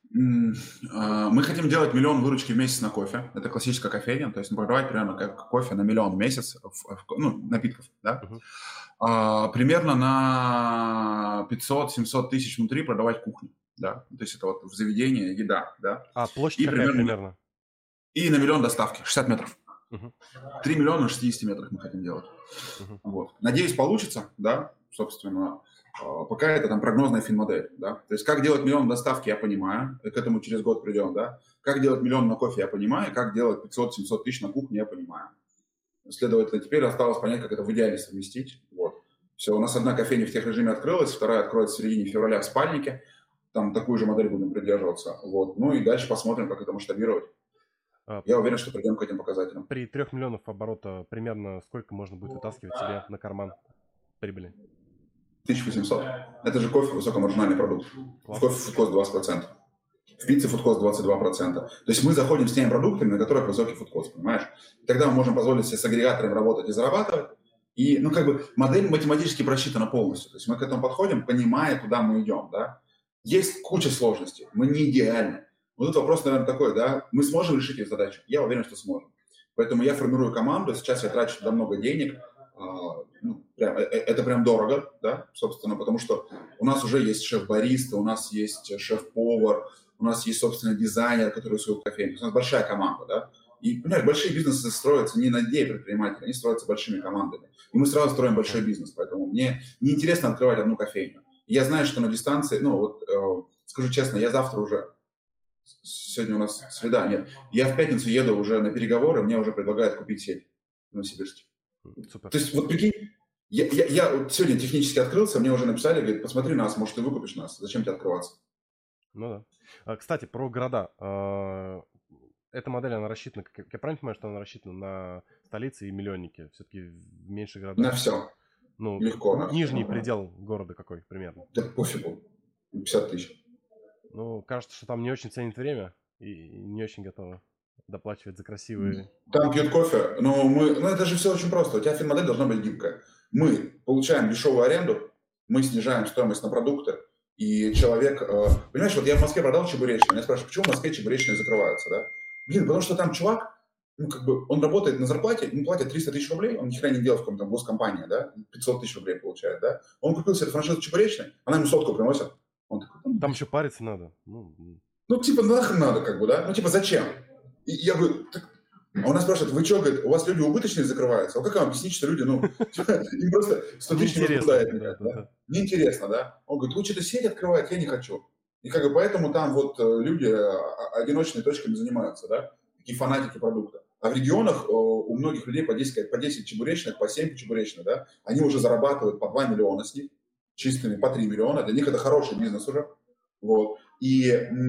Speaker 2: Мы хотим делать 1 000 000 выручки в месяц на кофе. Это классическая кофейня. То есть, продавать примерно как кофе на 1 000 000 в месяц, напитков, да? Примерно на 500-700 тысяч внутри продавать кухню, да? То есть, это вот в заведении еда, да?
Speaker 1: Площадь какая примерно?
Speaker 2: И на 1 000 000 доставки, 60 метров. 3 миллиона на 60 метрах мы хотим делать. Вот. Надеюсь, получится, да, собственно. Пока это там прогнозная фин-модель, да. То есть, как делать 1 000 000 доставки, я понимаю, к этому через год придем, да. Как делать 1 000 000 на кофе, я понимаю, как делать 500-700 тысяч на кухне, я понимаю. Следовательно, теперь осталось понять, как это в идеале совместить. Вот. Все, у нас одна кофейня в техрежиме открылась, вторая откроется в середине февраля в Спальнике. Там такую же модель будем придерживаться. Вот. Ну и дальше посмотрим, как это масштабировать. Я уверен, что придем к этим показателям.
Speaker 1: При 3 миллионов оборота примерно сколько можно будет вытаскивать себе на карман прибыли?
Speaker 2: 1800. Это же кофе, высокомаржинальный продукт. В кофе фудкост 20%. В пицце фудкост 22%. То есть мы заходим с теми продуктами, на которых высокий фудкост, понимаешь? И тогда мы можем позволить себе с агрегаторами работать и зарабатывать. И, модель математически просчитана полностью. То есть мы к этому подходим, понимая, куда мы идем, да? Есть куча сложностей. Мы не идеальны. Вот тут вопрос, наверное, такой, да, мы сможем решить их задачу? Я уверен, что сможем. Поэтому я формирую команду, сейчас я трачу туда много денег, это прям дорого, да, собственно, потому что у нас уже есть шеф-бариста, у нас есть шеф-повар, у нас есть, собственно, дизайнер, который рисует кофейню, у нас большая команда, да. И, понимаешь, большие бизнесы строятся не на идее предпринимателя, они строятся большими командами. И мы сразу строим большой бизнес, поэтому мне неинтересно открывать одну кофейню. Я знаю, что на дистанции, скажу честно, я завтра уже, сегодня у нас среда, нет. Я в пятницу еду уже на переговоры, мне уже предлагают купить сеть в Новосибирске.
Speaker 1: Супер.
Speaker 2: То есть, вот прикинь, я вот сегодня технически открылся, мне уже написали, говорят, посмотри нас, может, ты выкупишь нас, зачем тебе открываться?
Speaker 1: Ну да. Кстати, про города. Эта модель, она рассчитана, как я правильно понимаю, что она рассчитана на столицы и миллионники? Все-таки в меньших городах?
Speaker 2: На все. Легко.
Speaker 1: Нижний предел города какой примерно?
Speaker 2: Да пофигу. 50 тысяч.
Speaker 1: Кажется, что там не очень ценят время и не очень готовы доплачивать за красивые...
Speaker 2: Там пьют кофе, но это же все очень просто. У тебя фин-модель должна быть гибкая. Мы получаем дешевую аренду, мы снижаем стоимость на продукты, и человек... Понимаешь, вот я в Москве продал чебуречные, меня спрашивают, почему в Москве чебуречные закрываются, да? Блин, потому что там чувак, он работает на зарплате, ему платят 300 тысяч рублей, он ни хрена не делает в каком-то госкомпании, да? 500 тысяч рублей получает, да? Он купил себе франшизу чебуречной, она ему 100 приносит. Он такой,
Speaker 1: там еще париться надо.
Speaker 2: Нахрен надо, да? Зачем? И я говорю, а у нас спрашивают, вы что, говорит, у вас люди убыточные закрываются? А как вам объяснить, что люди, им просто 100 тысяч не выпадает? Неинтересно, да? Он говорит, вы что-то сеть открываете, я не хочу. И поэтому там вот люди одиночными точками занимаются, да? Такие фанатики продукта. А в регионах у многих людей по 10 чебуречных, по 7 чебуречных, да? Они уже зарабатывают по 2 миллиона с них, чистыми, по 3 миллиона. Для них это хороший бизнес уже. Вот. И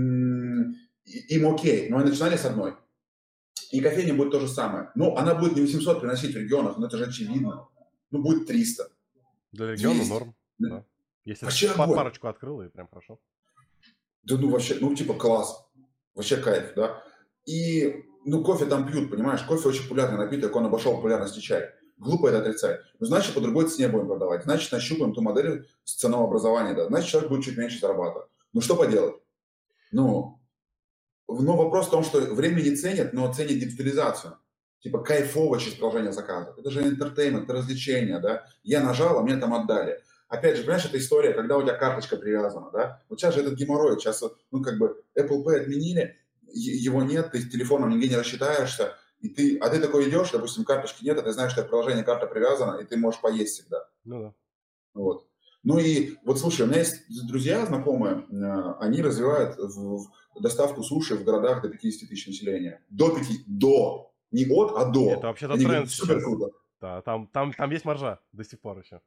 Speaker 2: им окей, но они начинали с одной. И кофейня будет то же самое. Она будет не 800 приносить в регионах, но это же очевидно. Будет 300.
Speaker 1: Для региона 200. Норм. Да. Если
Speaker 2: вообще
Speaker 1: парочку открыл, и прям хорошо.
Speaker 2: Да вообще, класс. Вообще кайф, да. И, кофе там пьют, понимаешь? Кофе очень популярный напиток, он обошел популярности чай. Глупо это отрицать. Значит, по другой цене будем продавать. Значит, нащупаем ту модель с ценообразования, да. Значит, человек будет чуть меньше зарабатывать. Что поделать? Вопрос в том, что время не ценят, но ценят диджитализацию. Кайфово через приложение заказывать. Это же интертеймент, это развлечение, да. Я нажал, а мне там отдали. опять же, понимаешь, эта история, когда у тебя карточка привязана, да? Вот сейчас же этот геморрой, сейчас, ну, как бы, Apple Pay отменили, его нет, ты с телефоном нигде не рассчитаешься, а ты такой идешь, допустим, карточки нет, а ты знаешь, что приложение карта привязана, и ты можешь поесть всегда.
Speaker 1: Ну да.
Speaker 2: Вот. Ну и вот слушай, у меня есть друзья знакомые, они развивают доставку суши в городах до 50 тысяч населения. Не от, а до.
Speaker 1: Это вообще-то
Speaker 2: Они
Speaker 1: тренд
Speaker 2: говорят, супер
Speaker 1: сейчас.
Speaker 2: круто.
Speaker 1: Да, там есть маржа до сих пор еще.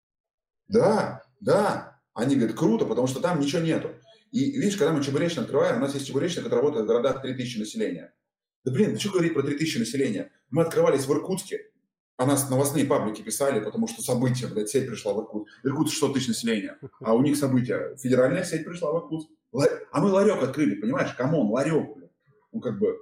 Speaker 2: Да, да. Они говорят, круто, потому что там ничего нету. И видишь, когда мы чебуречный открываем, у нас есть чебуречный, который работает в городах 3000 населения. Да блин, ты что говорить про 3000 населения? Мы открывались в Иркутске, о нас новостные паблики писали, потому что события, блядь, сеть пришла в Иркутск. Иркутск 100 тысяч населения, а у них события. Федеральная сеть пришла в Иркутск. А мы ларек открыли, понимаешь? Камон, ларек, блядь. Ну, как бы...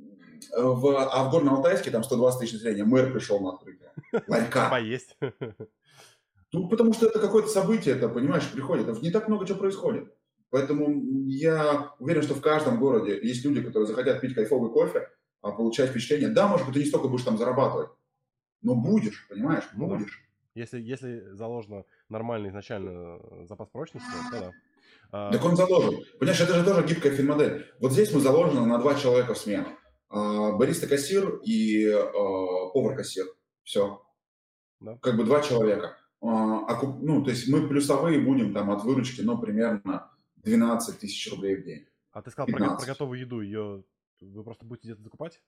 Speaker 2: в Горно-Алтайске там 120 тысяч населения, мэр пришел на открытие. Ларька.
Speaker 1: Поесть.
Speaker 2: Ну, потому что это какое-то событие, это, понимаешь, приходит. Не так много чего происходит. Поэтому я уверен, что в каждом городе есть люди, которые захотят пить кайфовый кофе, получать впечатление. Да, может быть, ты не столько будешь там зарабатывать, но будешь, понимаешь,
Speaker 1: Ну да.
Speaker 2: будешь.
Speaker 1: Если заложено нормальный изначально запас прочности, то да.
Speaker 2: Так он заложен. Понимаешь, это же тоже гибкая финмодель. Вот здесь мы заложены на 2 человека в смену. Бариста-кассир и повар-кассир. Все.
Speaker 1: Да.
Speaker 2: Как бы 2 человека. Ну, то есть мы плюсовые будем там от выручки, ну, примерно 12 тысяч рублей в день.
Speaker 1: А ты сказал про готовую еду, ее вы просто будете где-то закупать?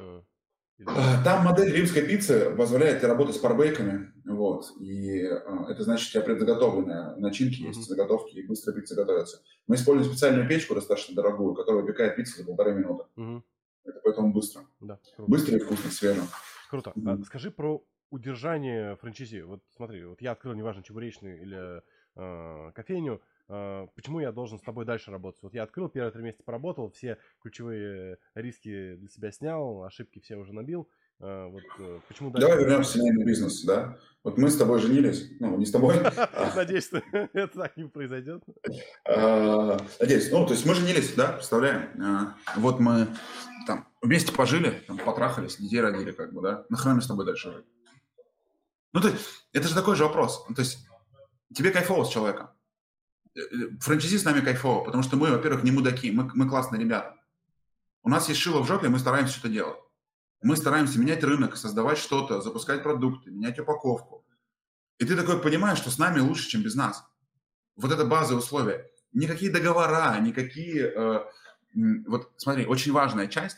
Speaker 2: Там модель римской пиццы позволяет тебе работать с парбейками, вот, и это значит, у тебя предзаготовленные начинки есть, заготовки, и быстро пицца готовится. Мы используем специальную печку достаточно дорогую, которая выпекает пиццу за 1,5 минуты. Это поэтому быстро.
Speaker 1: Да, круто.
Speaker 2: Быстро и вкусно, свежо.
Speaker 1: Круто. Скажи про удержание франчайзи. Вот смотри, вот я открыл, неважно, чебуречную или кофейню, почему я должен с тобой дальше работать? Вот я открыл, первые 3 месяца поработал, все ключевые риски для себя снял, ошибки все уже набил. Вот почему дальше?
Speaker 2: Давай вернемся в семейный бизнес, да? Вот мы с тобой женились, ну, не с тобой.
Speaker 1: Надеюсь, что это так не произойдет.
Speaker 2: Надеюсь. Ну, то есть мы женились, да, представляем? Вот мы там вместе пожили, там, потрахались, детей родили, как бы, да? Нахрена мне с тобой дальше жить? Ну, то есть, это же такой же вопрос. То есть, тебе кайфово с человеком. Франчайзи с нами кайфово, потому что мы, во-первых, не мудаки, мы классные ребята. У нас есть шило в жопе, мы стараемся что-то делать. Мы стараемся менять рынок, создавать что-то, запускать продукты, менять упаковку. И ты такой понимаешь, что с нами лучше, чем без нас. Вот это базовые условия. Никакие договора, никакие... вот смотри, очень важная часть.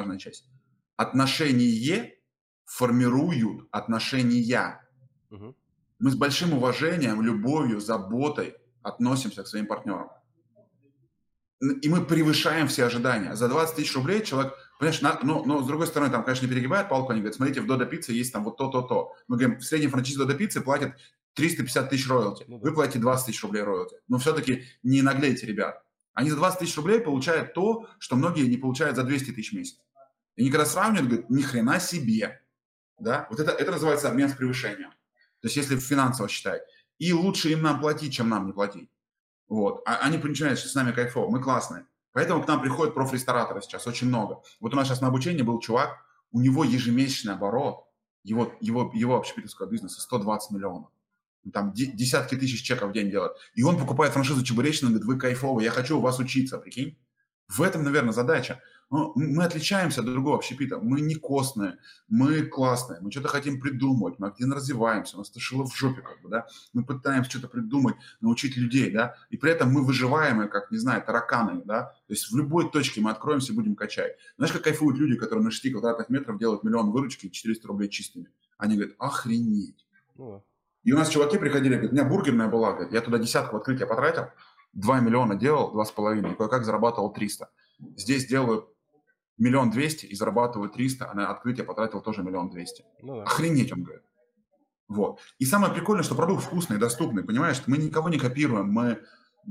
Speaker 2: Отношения формируют отношения. Мы с большим уважением, любовью, заботой относимся к своим партнерам. И мы превышаем все ожидания. За 20 тысяч рублей человек, понимаешь, но с другой стороны, там, конечно, не перегибает палку, они говорят, смотрите, в Додо Пицце есть там вот то. Мы говорим, в среднем франчайзи Додо Пиццы платят 350 тысяч роялти. Вы платите 20 тысяч рублей роялти. Но все-таки не наглейте, ребят. Они за 20 тысяч рублей получают то, что многие не получают за 200 тысяч в месяц. И они когда сравнивают, говорят, ни хрена себе. Да? Вот это называется обмен с превышением. То есть если финансово считать. И лучше им нам платить, чем нам не платить. Вот. А они начинают, что с нами кайфово, мы классные. Поэтому к нам приходят профрестораторы сейчас очень много. Вот у нас сейчас на обучении был чувак, у него ежемесячный оборот, его общепитовского бизнеса 120 миллионов. Там десятки тысяч чеков в день делает. И он покупает франшизу чебуречную, говорит, вы кайфовые, я хочу у вас учиться, прикинь. В этом, наверное, задача. Но мы отличаемся от другого общепита. Мы не костные, мы классные, мы что-то хотим придумывать, мы активно развиваемся, у нас это шило в жопе, как бы, да. Мы пытаемся что-то придумать, научить людей, да. И при этом мы выживаемые, как, не знаю, тараканы, да. То есть в любой точке мы откроемся и будем качать. Знаешь, как кайфуют люди, которые на 6 квадратных метров делают 1 000 000 выручки и 400 рублей чистыми? Они говорят, охренеть. И у нас чуваки приходили, говорят, у меня бургерная была, говорят, я туда десятку в открытие потратил, 2 миллиона делал, 2,5, и кое-как зарабатывал 300. Здесь делаю 1 200 000 и зарабатываю 300, а на открытие потратил тоже 1 200 000. Охренеть, он говорит. Вот. И самое прикольное, что продукт вкусный, доступный, понимаешь? Мы никого не копируем, мы,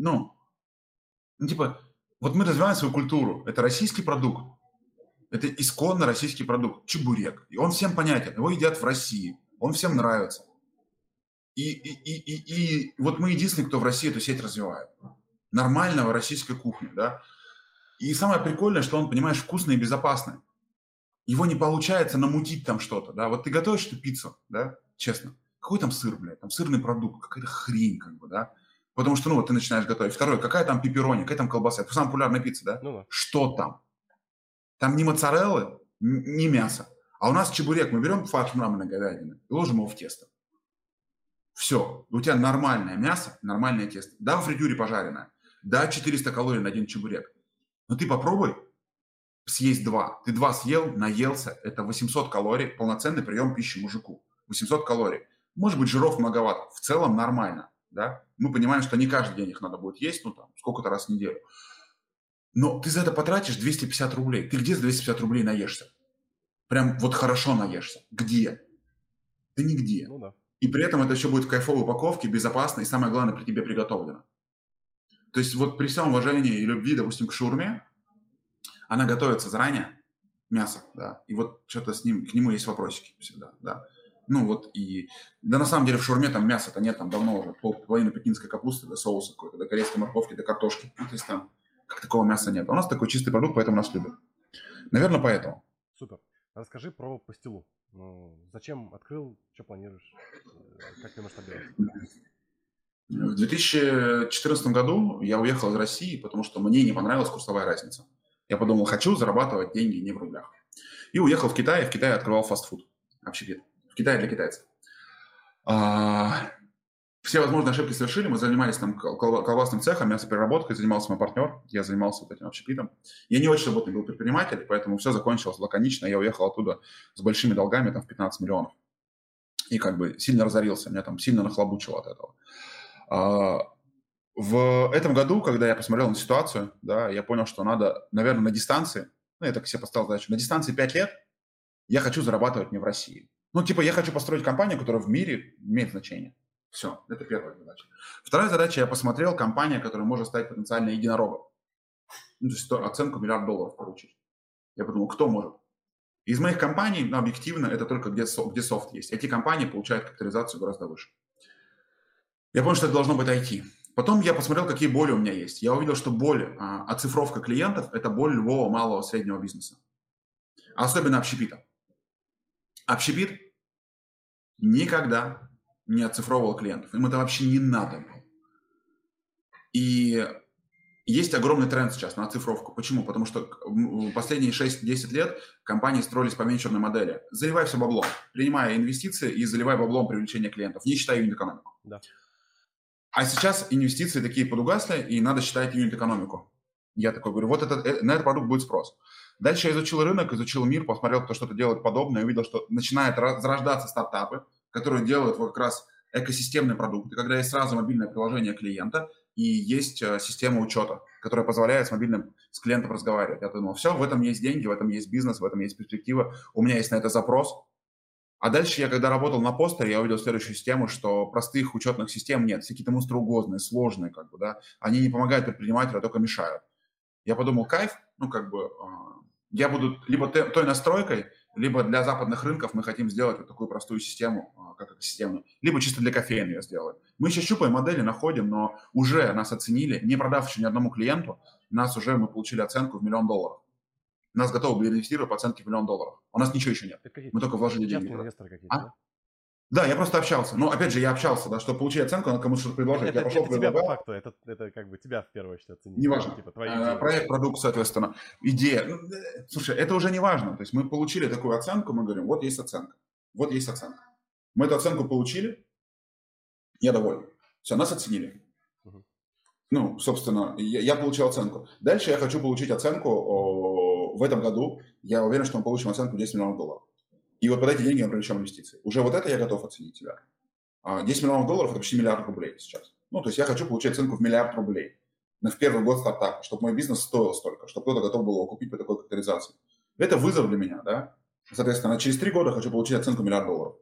Speaker 2: вот мы развиваем свою культуру. Это российский продукт. Это исконно российский продукт. Чебурек. И он всем понятен. Его едят в России. Он всем нравится. И вот мы единственные, кто в России эту сеть развивает. Нормального российской кухни, да. И самое прикольное, что он, понимаешь, вкусный и безопасный. Его не получается намутить там что-то, да. Вот ты готовишь эту пиццу, да, честно. Какой там сыр, блядь? Там сырный продукт, какая-то хрень, как бы, да? Потому что, ну, вот ты начинаешь готовить. Второе, какая там пепперони, какая там колбаса? Это самая популярная пицца, да?
Speaker 1: Ну да.
Speaker 2: Что там? Там ни моцареллы, ни мяса. А у нас чебурек. Мы берем фарш мраморной говядины и ложим его в тесто. Все. У тебя нормальное мясо, нормальное тесто. Да, в фритюре пожаренное. Да, 400 калорий на один чебурек. Но ты попробуй съесть 2. Ты 2 съел, наелся. Это 800 калорий. Полноценный прием пищи мужику. 800 калорий. Может быть, жиров многовато. В целом нормально. Да? Мы понимаем, что не каждый день их надо будет есть, ну там, сколько-то раз в неделю. Но ты за это потратишь 250 рублей. Ты где за 250 рублей наешься? Прям вот хорошо наешься. Где? Да нигде.
Speaker 1: Ну да.
Speaker 2: И при этом это еще будет в кайфовой упаковке, безопасно и, самое главное, при тебе приготовлено. То есть вот при всем уважении и любви, допустим, к шаурме, она готовится заранее, мясо, да, и вот что-то к нему есть вопросики всегда, да. Ну вот и, да на самом деле в шаурме там мяса-то нет, там давно уже половина пекинской капусты, до соуса какой-то, до корейской морковки, до картошки. Ну, то есть там как такого мяса нет. А у нас такой чистый продукт, поэтому нас любят. Наверное, поэтому.
Speaker 1: Супер. Расскажи про пастилу. Ну, зачем открыл, что планируешь, как ты масштабируешь?
Speaker 2: В 2014 году я уехал из России, потому что мне не понравилась курсовая разница. Я подумал, хочу зарабатывать деньги не в рублях. И уехал в Китай, и в Китае открывал фастфуд, общепит. В Китае для китайцев. Все возможные ошибки совершили, мы занимались там колбасным цехом, мясопереработкой, занимался мой партнер, я занимался вот этим общепитом. Я не очень работный был предприниматель, поэтому все закончилось лаконично, я уехал оттуда с большими долгами, там в 15 миллионов. И как бы сильно разорился, меня там сильно нахлобучило от этого. В этом году, когда я посмотрел на ситуацию, да, я понял, что надо, наверное, на дистанции, ну, я так себе поставил задачу, на дистанции 5 лет я хочу зарабатывать не в России. Ну, типа, я хочу построить компанию, которая в мире имеет значение. Все, это первая задача. Вторая задача, я посмотрел компания, которая может стать потенциально единорогом. Ну, то есть оценку $1 миллиард получить. Я подумал, кто может? Из моих компаний, ну, объективно, это только где софт есть. Эти компании получают капитализацию гораздо выше. Я понял, что это должно быть IT. Потом я посмотрел, какие боли у меня есть. Я увидел, что боль, оцифровка клиентов – это боль любого малого среднего бизнеса. Особенно общепита. Общепит никогда не оцифровывал клиентов. Им это вообще не надо было. И есть огромный тренд сейчас на оцифровку. Почему? Потому что в последние 6-10 лет компании строились по венчурной модели. Заливай все баблом, принимая инвестиции и заливай баблом привлечение клиентов, не считая юнит-экономику.
Speaker 1: Да.
Speaker 2: А сейчас инвестиции такие подугасли, и надо считать юнит-экономику. Я такой говорю, вот на этот продукт будет спрос. Дальше я изучил рынок, изучил мир, посмотрел, кто что-то делает подобное, и увидел, что начинают зарождаться стартапы, которые делают вот как раз экосистемный продукт. И когда есть сразу мобильное приложение клиента и есть система учета, которая позволяет с клиентом разговаривать. Я думал, все, в этом есть деньги, в этом есть бизнес, в этом есть перспектива, у меня есть на это запрос. А дальше я, когда работал на постере, я увидел следующую систему, что простых учетных систем нет, все какие-то монструозные, сложные, как бы, да, они не помогают предпринимателю, а только мешают. Я подумал, кайф, ну, как бы, я буду либо той настройкой, либо для западных рынков мы хотим сделать вот такую простую систему, как экосистемную, либо чисто для кофеин ее сделаем. Мы еще щупаем модели, находим, но уже нас оценили, не продав еще ни одному клиенту, мы получили оценку в $1 миллион. Нас готовы были инвестировать по оценке в $1 миллион. У нас ничего еще нет. Мы только вложили деньги.
Speaker 1: Частные инвесторы какие-то, да?
Speaker 2: Да, я просто общался. Но, опять же, я общался, да, чтобы получить оценку, надо кому-то что-то предложить.
Speaker 1: Это тебя по факту, это как бы тебя в первую очередь оценили.
Speaker 2: Неважно.
Speaker 1: Типа, твои идеи.
Speaker 2: Проект, продукт, соответственно, идея. Ну, слушай, это уже не важно. То есть мы получили такую оценку, мы говорим, вот есть оценка. Вот есть оценка. Мы эту оценку получили, я доволен. Все, нас оценили.
Speaker 1: Угу.
Speaker 2: Ну, собственно, я получил оценку. Дальше я хочу получить оценку в этом году. Я уверен, что мы получим оценку $10 миллионов. И вот под эти деньги мы привлечем инвестиции. Уже вот это я готов оценить тебя. $10 миллионов – это почти $1 миллиард сейчас. Ну, то есть я хочу получить оценку в $1 миллиард в первый год стартапа, чтобы мой бизнес стоил столько, чтобы кто-то готов был его купить по такой капитализации. Это вызов для меня, да? Соответственно, через 3 года хочу получить оценку $1 миллиард.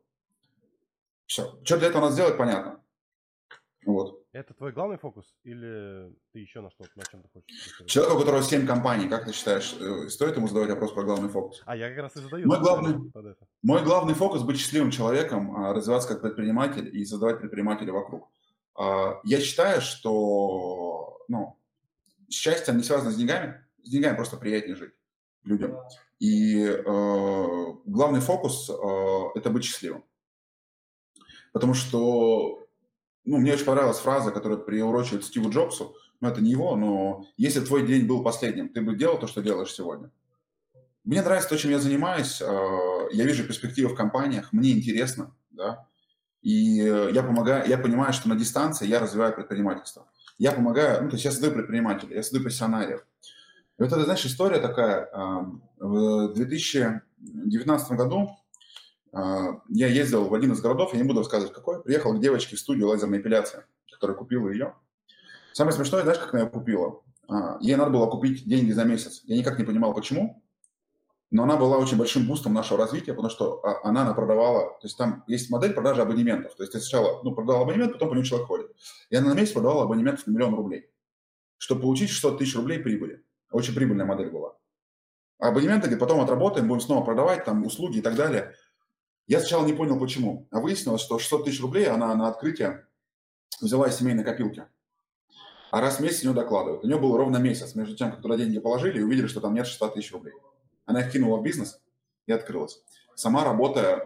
Speaker 2: Все. Что для этого надо сделать, понятно. Вот.
Speaker 1: Это твой главный фокус или ты еще на чем-то хочешь?
Speaker 2: Человек, у которого 7 компаний, как ты считаешь, стоит ему задавать вопрос про главный фокус?
Speaker 1: Я как раз и задаю.
Speaker 2: Мой главный фокус – быть счастливым человеком, развиваться как предприниматель и создавать предпринимателей вокруг. Я считаю, что счастье не связано с деньгами. С деньгами просто приятнее жить людям. И главный фокус – это быть счастливым. Потому что, ну, мне очень понравилась фраза, которая приурочивает Стиву Джобсу, но это не его, но если твой день был последним, ты бы делал то, что делаешь сегодня. Мне нравится то, чем я занимаюсь, я вижу перспективы в компаниях, мне интересно, да, и я помогаю, я понимаю, что на дистанции я развиваю предпринимательство. Я помогаю, ну, то есть я создаю предпринимателей, я создаю профессионалов. И вот это, знаешь, история такая. В 2019 году я ездил в один из городов, я не буду рассказывать какой, приехал к девочке в студию лазерной эпиляции, которая купила ее. Самое смешное, знаешь, как она ее купила? Ей надо было купить деньги за месяц. Я никак не понимал, почему. Но она была очень большим бустом нашего развития, потому что она продавала, то есть там есть модель продажи абонементов. То есть ты сначала продавал абонемент, потом по нему человек ходит. И она на месяц продавала абонементов на 1 000 000 рублей, чтобы получить 600 000 рублей прибыли. Очень прибыльная модель была. А абонементы, говорит, потом отработаем, будем снова продавать, там, услуги и так далее. Я сначала не понял, почему. А выяснилось, что 600 000 рублей она на открытие взяла из семейной копилки. А раз в месяц у нее докладывают. У нее был ровно месяц между тем, как туда деньги положили, и увидели, что там нет 600 000 рублей. Она их кинула в бизнес и открылась. Сама работала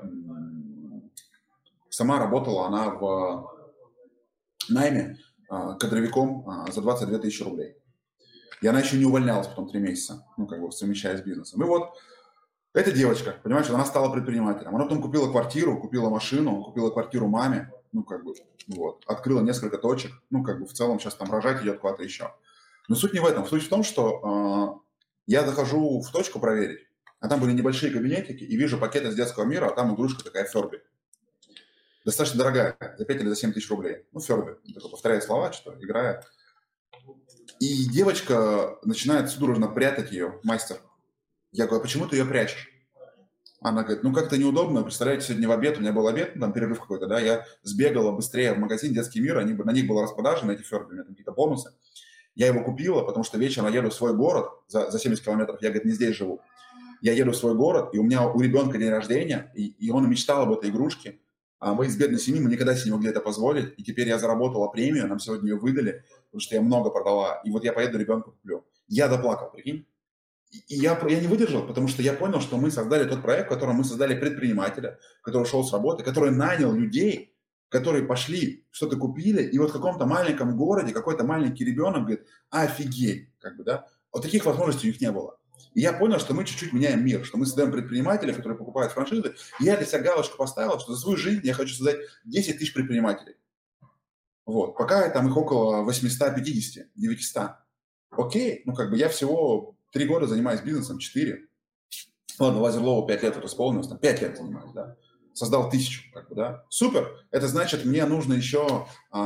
Speaker 2: она в найме кадровиком за 22 000 рублей. И она еще не увольнялась потом 3 месяца, ну, как бы совмещая с бизнесом. И вот эта девочка, понимаешь, она стала предпринимателем. Она потом купила квартиру, купила машину, купила квартиру маме, ну, как бы, вот, открыла несколько точек, ну, как бы, в целом сейчас там рожать идет куда-то еще. Но суть не в этом. Суть в том, что я захожу в точку проверить, а там были небольшие кабинетики, и вижу пакет из детского мира, а там игрушка такая Ферби. Достаточно дорогая, за 5 или за 7 000 рублей. Ну, Ферби. Повторяет слова, что играет. И девочка начинает судорожно прятать ее, мастер. Я говорю, а почему ты ее прячешь? Она говорит, ну как-то неудобно, представляете, сегодня в обед, у меня был обед, там перерыв какой-то, да, я сбегала быстрее в магазин «Детский мир», на них была распродажа на эти Ферби, у меня там какие-то бонусы. Я его купила, потому что вечером я еду в свой город за 70 километров, я, говорит, не здесь живу. Я еду в свой город, и у меня у ребенка день рождения, и он мечтал об этой игрушке, а мы из бедной семьи, мы никогда себе не могли это позволить, и теперь я заработала премию, нам сегодня ее выдали, потому что я много продала, и вот я поеду ребенку куплю. Я доплакал, прикинь. И я не выдержал, потому что я понял, что мы создали тот проект, в котором мы создали предпринимателя, который шел с работы, который нанял людей, которые пошли, что-то купили, и вот в каком-то маленьком городе какой-то маленький ребенок говорит, офигеть, как бы, да, вот таких возможностей у них не было. И я понял, что мы чуть-чуть меняем мир, что мы создаем предпринимателей, которые покупают франшизы, и я для себя галочку поставил, что за свою жизнь я хочу создать 10 000 предпринимателей. Вот, пока там их около 850, 900. Окей, ну как бы я всего 3 года занимаюсь бизнесом, 4. Ладно, Лазерлову 5 лет это исполнилось, там 5 лет занимаюсь, да. Создал 1000, как бы, да. Супер, это значит, мне нужно еще,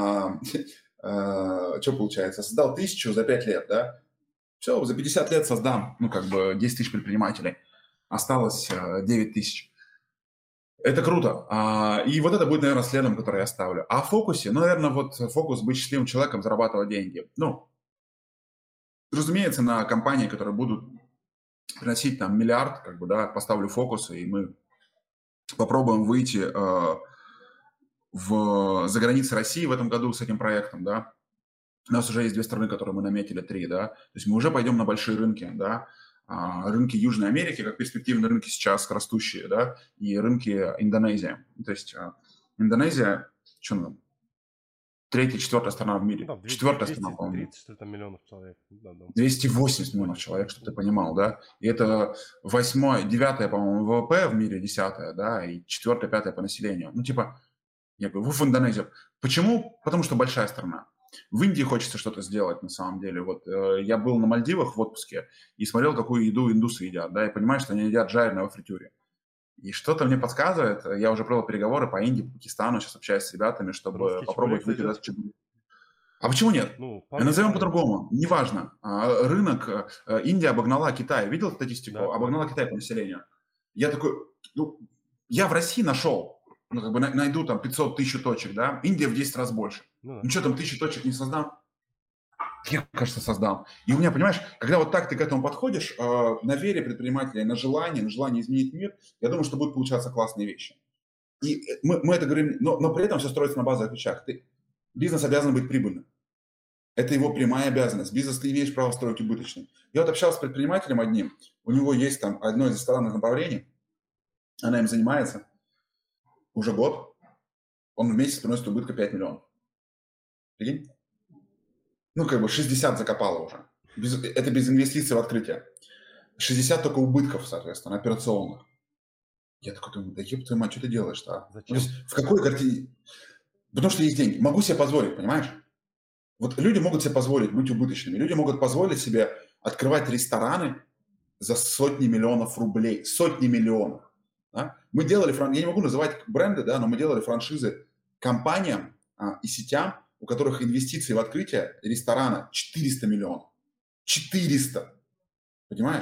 Speaker 2: что получается, создал 1000 за 5 лет, да. Все, за 50 лет создам, ну как бы 10 000 предпринимателей. Осталось 9 000. Это круто. И вот это будет, наверное, следом, который я ставлю. А в фокусе, ну, наверное, вот фокус быть счастливым человеком, зарабатывать деньги. Ну, разумеется, на компании, которые будут приносить там миллиард, как бы, да, поставлю фокусы, и мы попробуем выйти за границы России в этом году с этим проектом, да. У нас уже есть 2 страны, которые мы наметили, 3, да. То есть мы уже пойдем на большие рынки, да. Рынки Южной Америки, как перспективные рынки сейчас растущие, да, и рынки Индонезии. То есть Индонезия, что там, 3-я, 4-я страна в мире.
Speaker 1: Да,
Speaker 2: 4-я страна, по-моему.
Speaker 1: 230 что-то миллионов человек. Да, да.
Speaker 2: 280 миллионов человек, чтобы ты понимал, да. И это 8-я, 9-я, по-моему, ВВП в мире, 10-я, да, и 4-я, 5-я по населению. Ну, типа, я говорю, вы в Индонезию. Почему? Потому что большая страна. В Индии хочется что-то сделать, на самом деле. Вот я был на Мальдивах в отпуске и смотрел, какую еду индусы едят, да, и понимаю, что они едят жареное во фритюре. И что-то мне подсказывает, я уже провел переговоры по Индии, по Пакистану, сейчас общаюсь с ребятами, чтобы
Speaker 1: Русский
Speaker 2: попробовать
Speaker 1: чебурек
Speaker 2: выйти
Speaker 1: зайдет?
Speaker 2: в чебурек. А почему нет?
Speaker 1: Ну,
Speaker 2: Назовем
Speaker 1: по-русски.
Speaker 2: по-другому, неважно. Рынок, Индия обогнала Китай. Видел статистику?
Speaker 1: Да.
Speaker 2: Обогнала Китай по населению. Я такой, ну, я в России нашел, ну, как бы найду там 500 1000 точек, да? Индия в 10 раз больше.
Speaker 1: Ну, да.
Speaker 2: Ну, что там, 1000 точек не создам? Я, кажется, создам. И у меня, понимаешь, когда вот так ты к этому подходишь, на вере предпринимателя, на желание изменить мир, я думаю, что будут получаться классные вещи. И мы это говорим, но при этом все строится на базовых вещах. Бизнес обязан быть прибыльным. Это его прямая обязанность. Бизнес ты имеешь право строить убыточный. Я вот общался с предпринимателем одним, у него есть там одно из ресторанных направлений, она им занимается уже год. он в месяц приносит убытка 5 миллионов. Прикинь? Ну, как бы 60 закопало уже. Это без инвестиций в открытие. 60 только убытков, соответственно, операционных. Я такой думаю, да еб твою мать, что ты делаешь-то, а?
Speaker 1: Зачем?
Speaker 2: То есть в какой картине? Потому что есть деньги. Могу себе позволить, понимаешь? Вот люди могут себе позволить быть убыточными. Люди могут позволить себе открывать рестораны за сотни миллионов рублей. Сотни миллионов. Да? Мы делали, я не могу называть бренды, да, но мы делали франшизы компаниям и сетям, у которых инвестиции в открытие ресторана 400 миллионов. 400! Понимаешь?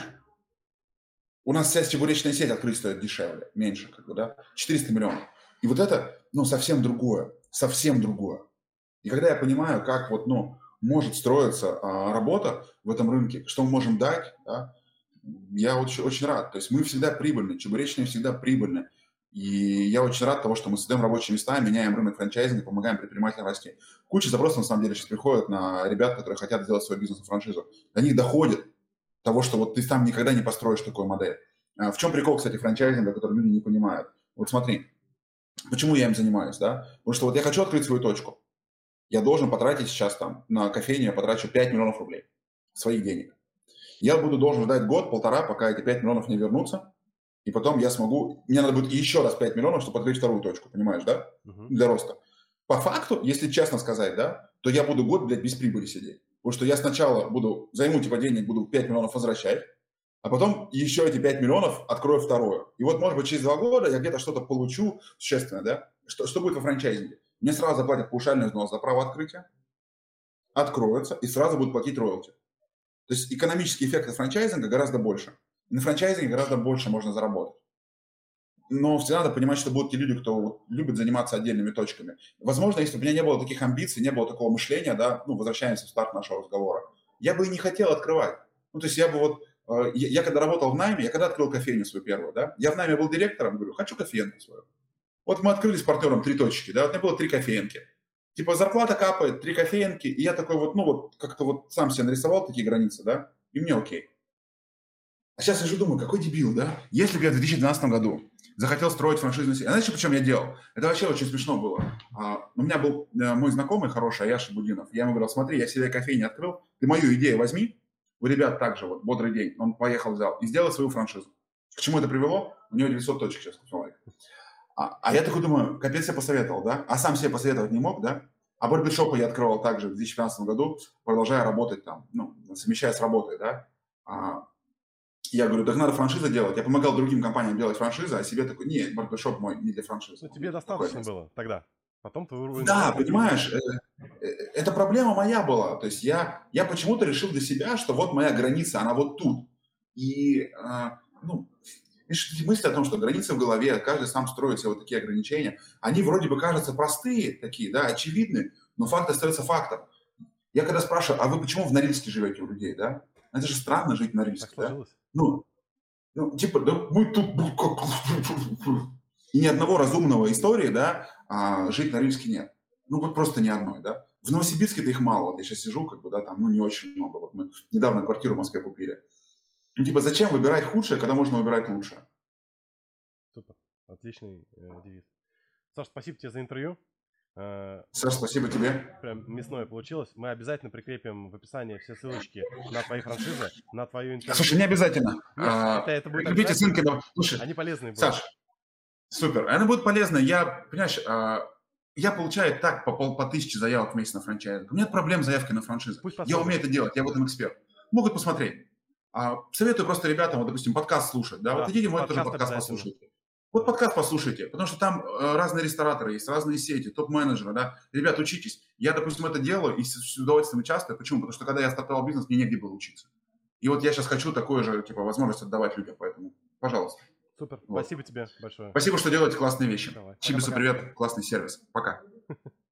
Speaker 2: У нас вся чебуречная сеть открыть стоит дешевле, меньше, как бы, да? 400 миллионов. И вот это, ну, совсем другое. Совсем другое. И когда я понимаю, как вот, ну, может строиться работа в этом рынке, что мы можем дать, да, я очень, очень рад. То есть мы всегда прибыльны, чебуречные всегда прибыльны. И я очень рад того, что мы создаем рабочие места, меняем рынок франчайзинга, помогаем предпринимателям расти. Куча запросов, на самом деле, сейчас приходят на ребят, которые хотят сделать свой бизнес и франшизу. До них доходит того, что вот ты сам никогда не построишь такую модель. В чем прикол, кстати, франчайзинга, который люди не понимают? Вот смотри, почему я им занимаюсь, да? Потому что вот я хочу открыть свою точку. Я должен потратить сейчас там на кофейню, я потрачу 5 миллионов рублей своих денег. Я должен ждать год-полтора, пока эти 5 миллионов не вернутся, и потом я смогу... Мне надо будет еще раз 5 миллионов, чтобы открыть вторую точку, понимаешь, да? Для роста. По факту, если честно сказать, да, то я буду год, блядь, без прибыли сидеть. Потому что я сначала займу типа денег, буду 5 миллионов возвращать, а потом еще эти 5 миллионов открою второе. И вот, может быть, через 2 года я где-то что-то получу существенно, да? Что будет во франчайзинге? Мне сразу заплатят паушальный взнос за право открытия, откроются и сразу будут платить роялти. То есть экономический эффект от франчайзинга гораздо больше. И на франчайзинге гораздо больше можно заработать. Но всегда надо понимать, что будут те люди, кто любит заниматься отдельными точками. Возможно, если бы у меня не было таких амбиций, не было такого мышления, да, ну, возвращаемся в старт нашего разговора, я бы и не хотел открывать. Ну, то есть я бы вот, я когда работал в найме, я когда открыл кофейню свою первую, да, я в найме был директором, говорю, хочу кофейнку свою. Вот мы открыли с партнером 3 точки, да, вот у меня было 3 кофейнки. Типа зарплата капает, 3 кофейнки, и я такой вот, ну вот, как-то вот сам себе нарисовал такие границы, да, и мне окей. А сейчас я же думаю, какой дебил, да? Если бы я в 2012 году захотел строить франшизную сеть, а знаете, почему я делал? Это вообще очень смешно было. У меня был мой знакомый хороший, Аяша Будинов. Я ему говорил, смотри, я себе кофейню открыл, ты мою идею возьми, у ребят также вот, бодрый день, он поехал, взял и сделал свою франшизу. К чему это привело? У него 900 точек сейчас. А я такой думаю, капец, я посоветовал, да? А сам себе посоветовать не мог, да? А барбершопы я открывал также в 2015 году, продолжая работать там, ну, совмещая с работой, да? Я говорю, так надо франшизу делать. Я помогал другим компаниям делать франшизы, а себе такой, нет, барбершоп мой не для франшизы.
Speaker 1: Ну, тебе достаточно было тогда. Потом ты уровень...
Speaker 2: Да, понимаешь, это проблема моя была. То есть я почему-то решил для себя, что вот моя граница, она вот тут. И, ну, эти мысли о том, что границы в голове, каждый сам строит себе вот такие ограничения, они вроде бы кажутся простые такие, да, очевидные, но факт остается фактом. Я когда спрашиваю, а вы почему в Норильске живете у людей, да? Это же странно жить в Норильске, да? Ну, типа, да мы тут... И ни одного разумного истории, да, жить на Норильске нет. Ну, вот просто ни одной, да. В Новосибирске-то их мало. Вот я сейчас сижу, как бы, да, там, ну, не очень много. Вот мы недавно квартиру в Москве купили. Ну, типа, зачем выбирать худшее, когда можно выбирать лучшее?
Speaker 1: Супер. Отличный девиз. Саш, спасибо тебе за интервью.
Speaker 2: Саш, спасибо тебе.
Speaker 1: Прям мясное получилось. Мы обязательно прикрепим в описании все ссылочки на твои франшизы, на твою интервью.
Speaker 2: Слушай, не обязательно.
Speaker 1: Нет, это будет
Speaker 2: Любите ссылки. Слушай,
Speaker 1: они полезные будут.
Speaker 2: Саш, супер. Она будет полезна. Я, понимаешь, я получаю так по 1000 заявок в месяц на франчайзинг. У меня нет проблем с заявкой на франшизу. Я умею это делать, я в этом эксперт. Могут посмотреть. Советую просто ребятам, вот, допустим, подкаст слушать. Да? Вот идите, мой тоже подкаст послушайте. Вот подкаст послушайте, потому что там разные рестораторы есть, разные сети, топ-менеджеры, да. Ребят, учитесь. Я, допустим, это делаю и с удовольствием участвую. Почему? Потому что когда я стартовал бизнес, мне негде было учиться. И вот я сейчас хочу такую же, типа, возможность отдавать людям, поэтому, пожалуйста.
Speaker 1: Супер, вот. Спасибо тебе большое.
Speaker 2: Спасибо, что делаете классные вещи. Чибису привет, классный сервис. Пока.